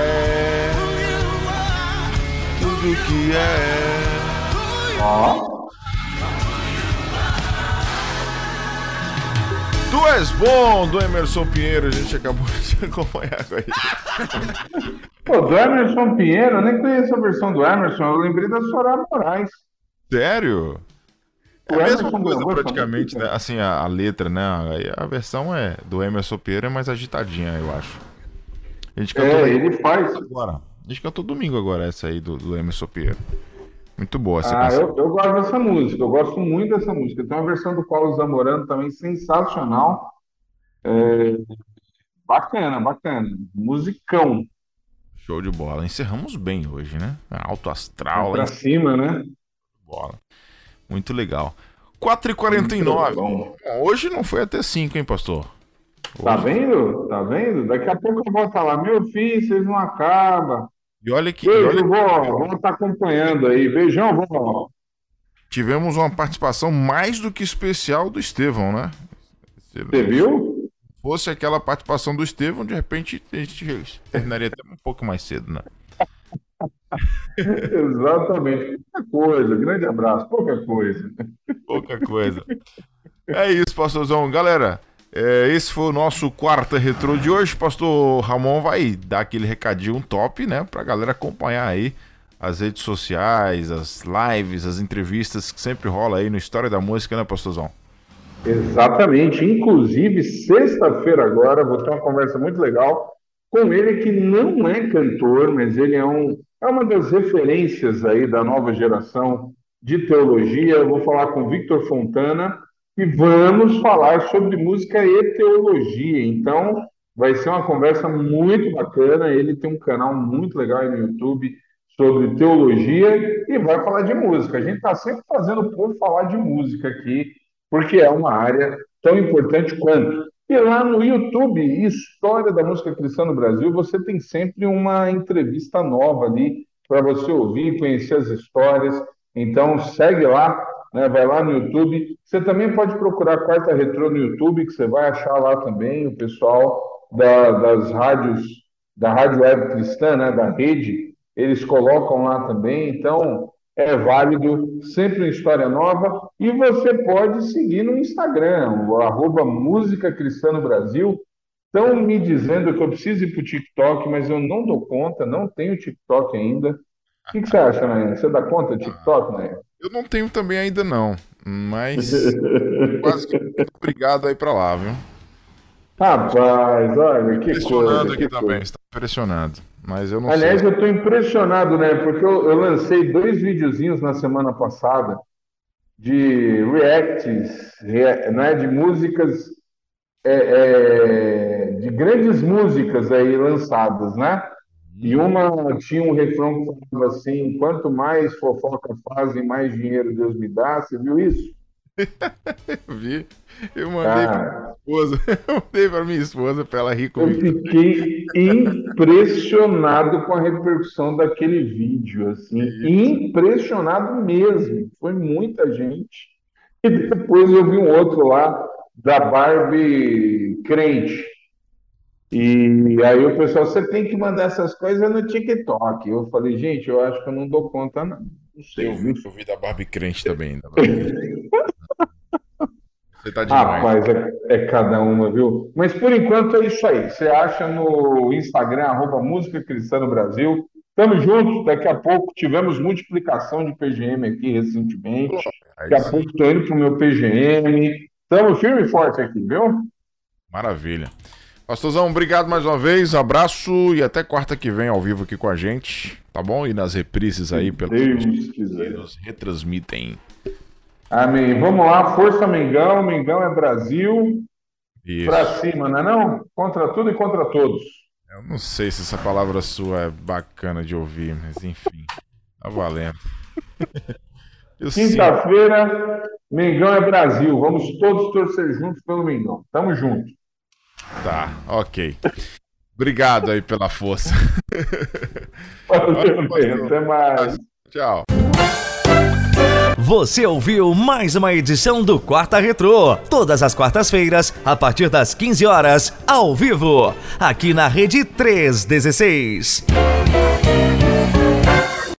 é, tudo que é. Ó. Tu És Bom, do Emerson Pinheiro, a gente acabou de acompanhar com ele. Pô, do Emerson Pinheiro, eu nem conheço a versão do Emerson, eu lembrei da Soraya Moraes. Sério? É a mesma coisa praticamente, né? Assim, a letra, né? A versão do Emerson Pinheiro é mais agitadinha, eu acho. A gente cantou ele faz. Agora. A gente cantou domingo agora, essa aí do Emerson Pinheiro. Muito boa essa canção. Eu gosto dessa música, eu gosto muito dessa música. Tem uma versão do Paulo Zamorano também sensacional. Bacana. Musicão. Show de bola. Encerramos bem hoje, né? Alto astral. Pra cima, né? Bola. Muito legal. 4h49. Hoje não foi até 5, hein, pastor? Hoje... Tá vendo? Daqui a pouco eu vou falar, meu filho, vocês não acabam. E olha que. Beijo, vou estar acompanhando aí. Beijão, vó. Tivemos uma participação mais do que especial do Estevão, né? Você viu? Se fosse aquela participação do Estevão, de repente a gente terminaria até um pouco mais cedo, né? Exatamente. Pouca coisa. Grande abraço. Pouca coisa. É isso, pastorzão. Galera, esse foi o nosso Quarta Retrô de hoje. Pastor Ramon vai dar aquele recadinho top, né? Pra galera acompanhar aí as redes sociais, as lives, as entrevistas que sempre rola aí no História da Música, né, pastorzão? Exatamente. Inclusive, sexta-feira agora, vou ter uma conversa muito legal com ele, que não é cantor, mas ele é uma das referências aí da nova geração de teologia. Eu vou falar com o Victor Fontana e vamos falar sobre música e teologia. Então, vai ser uma conversa muito bacana. Ele tem um canal muito legal aí no YouTube sobre teologia e vai falar de música. A gente está sempre fazendo o povo falar de música aqui, porque é uma área tão importante quanto. E lá no YouTube, História da Música Cristã no Brasil, você tem sempre uma entrevista nova ali para você ouvir, conhecer as histórias. Então, segue lá, né? Vai lá no YouTube. Você também pode procurar Quarta Retrô no YouTube, que você vai achar lá também o pessoal das rádios, da Rádio Web Cristã, né? Da rede, eles colocam lá também. Então, é válido, sempre uma história nova. E você pode seguir no Instagram, o @Música Cristã no Brasil. Estão me dizendo que eu preciso ir para o TikTok, mas eu não dou conta, não tenho TikTok ainda. O que você acha, Nayan? Você dá conta do TikTok, Nayan? Eu não tenho também ainda não, mas quase que obrigado aí para lá, viu? Rapaz, olha, que coisa. Aqui também, está impressionado. Mas eu não Aliás, sei. eu estou impressionado, né? Porque eu lancei 2 videozinhos na semana passada de reacts, né? De músicas, de grandes músicas aí lançadas, né? E uma tinha um refrão que falava assim: quanto mais fofoca fazem, mais dinheiro Deus me dá. Você viu isso? Eu vi. Eu mandei pra minha esposa. Eu mandei pra minha esposa pra ela rir comigo. Eu fiquei impressionado com a repercussão daquele vídeo, assim. Impressionado mesmo. Foi muita gente. E depois eu vi um outro lá da Barbie crente. E aí o pessoal, você tem que mandar essas coisas no TikTok. Eu falei, gente, eu acho que eu não dou conta, não. Não sei. Eu vi da Barbie crente também. Você tá demais. Rapaz, é cada uma, viu? Mas por enquanto é isso aí. Você acha no Instagram, @Música Cristã no Brasil. Tamo juntos. Daqui a pouco tivemos multiplicação de PGM aqui recentemente. Daqui a pouco tô indo pro meu PGM. Tamo firme e forte aqui, viu? Maravilha. Pastorzão, obrigado mais uma vez. Abraço e até quarta que vem ao vivo aqui com a gente. Tá bom? E nas reprises aí, pelo que nos retransmitem. Amém. Vamos lá, força Mengão. Mengão é Brasil. Isso. Pra cima, não é não? Contra tudo e contra todos. Eu não sei se essa palavra sua é bacana de ouvir, mas enfim, tá valendo. Quinta-feira, Mengão é Brasil. Vamos todos torcer juntos pelo Mengão. Tamo junto. Tá, ok. Obrigado aí pela força. Até mais. Tchau. Você ouviu mais uma edição do Quarta Retrô, todas as quartas-feiras, a partir das 15 horas, ao vivo, aqui na Rede 316.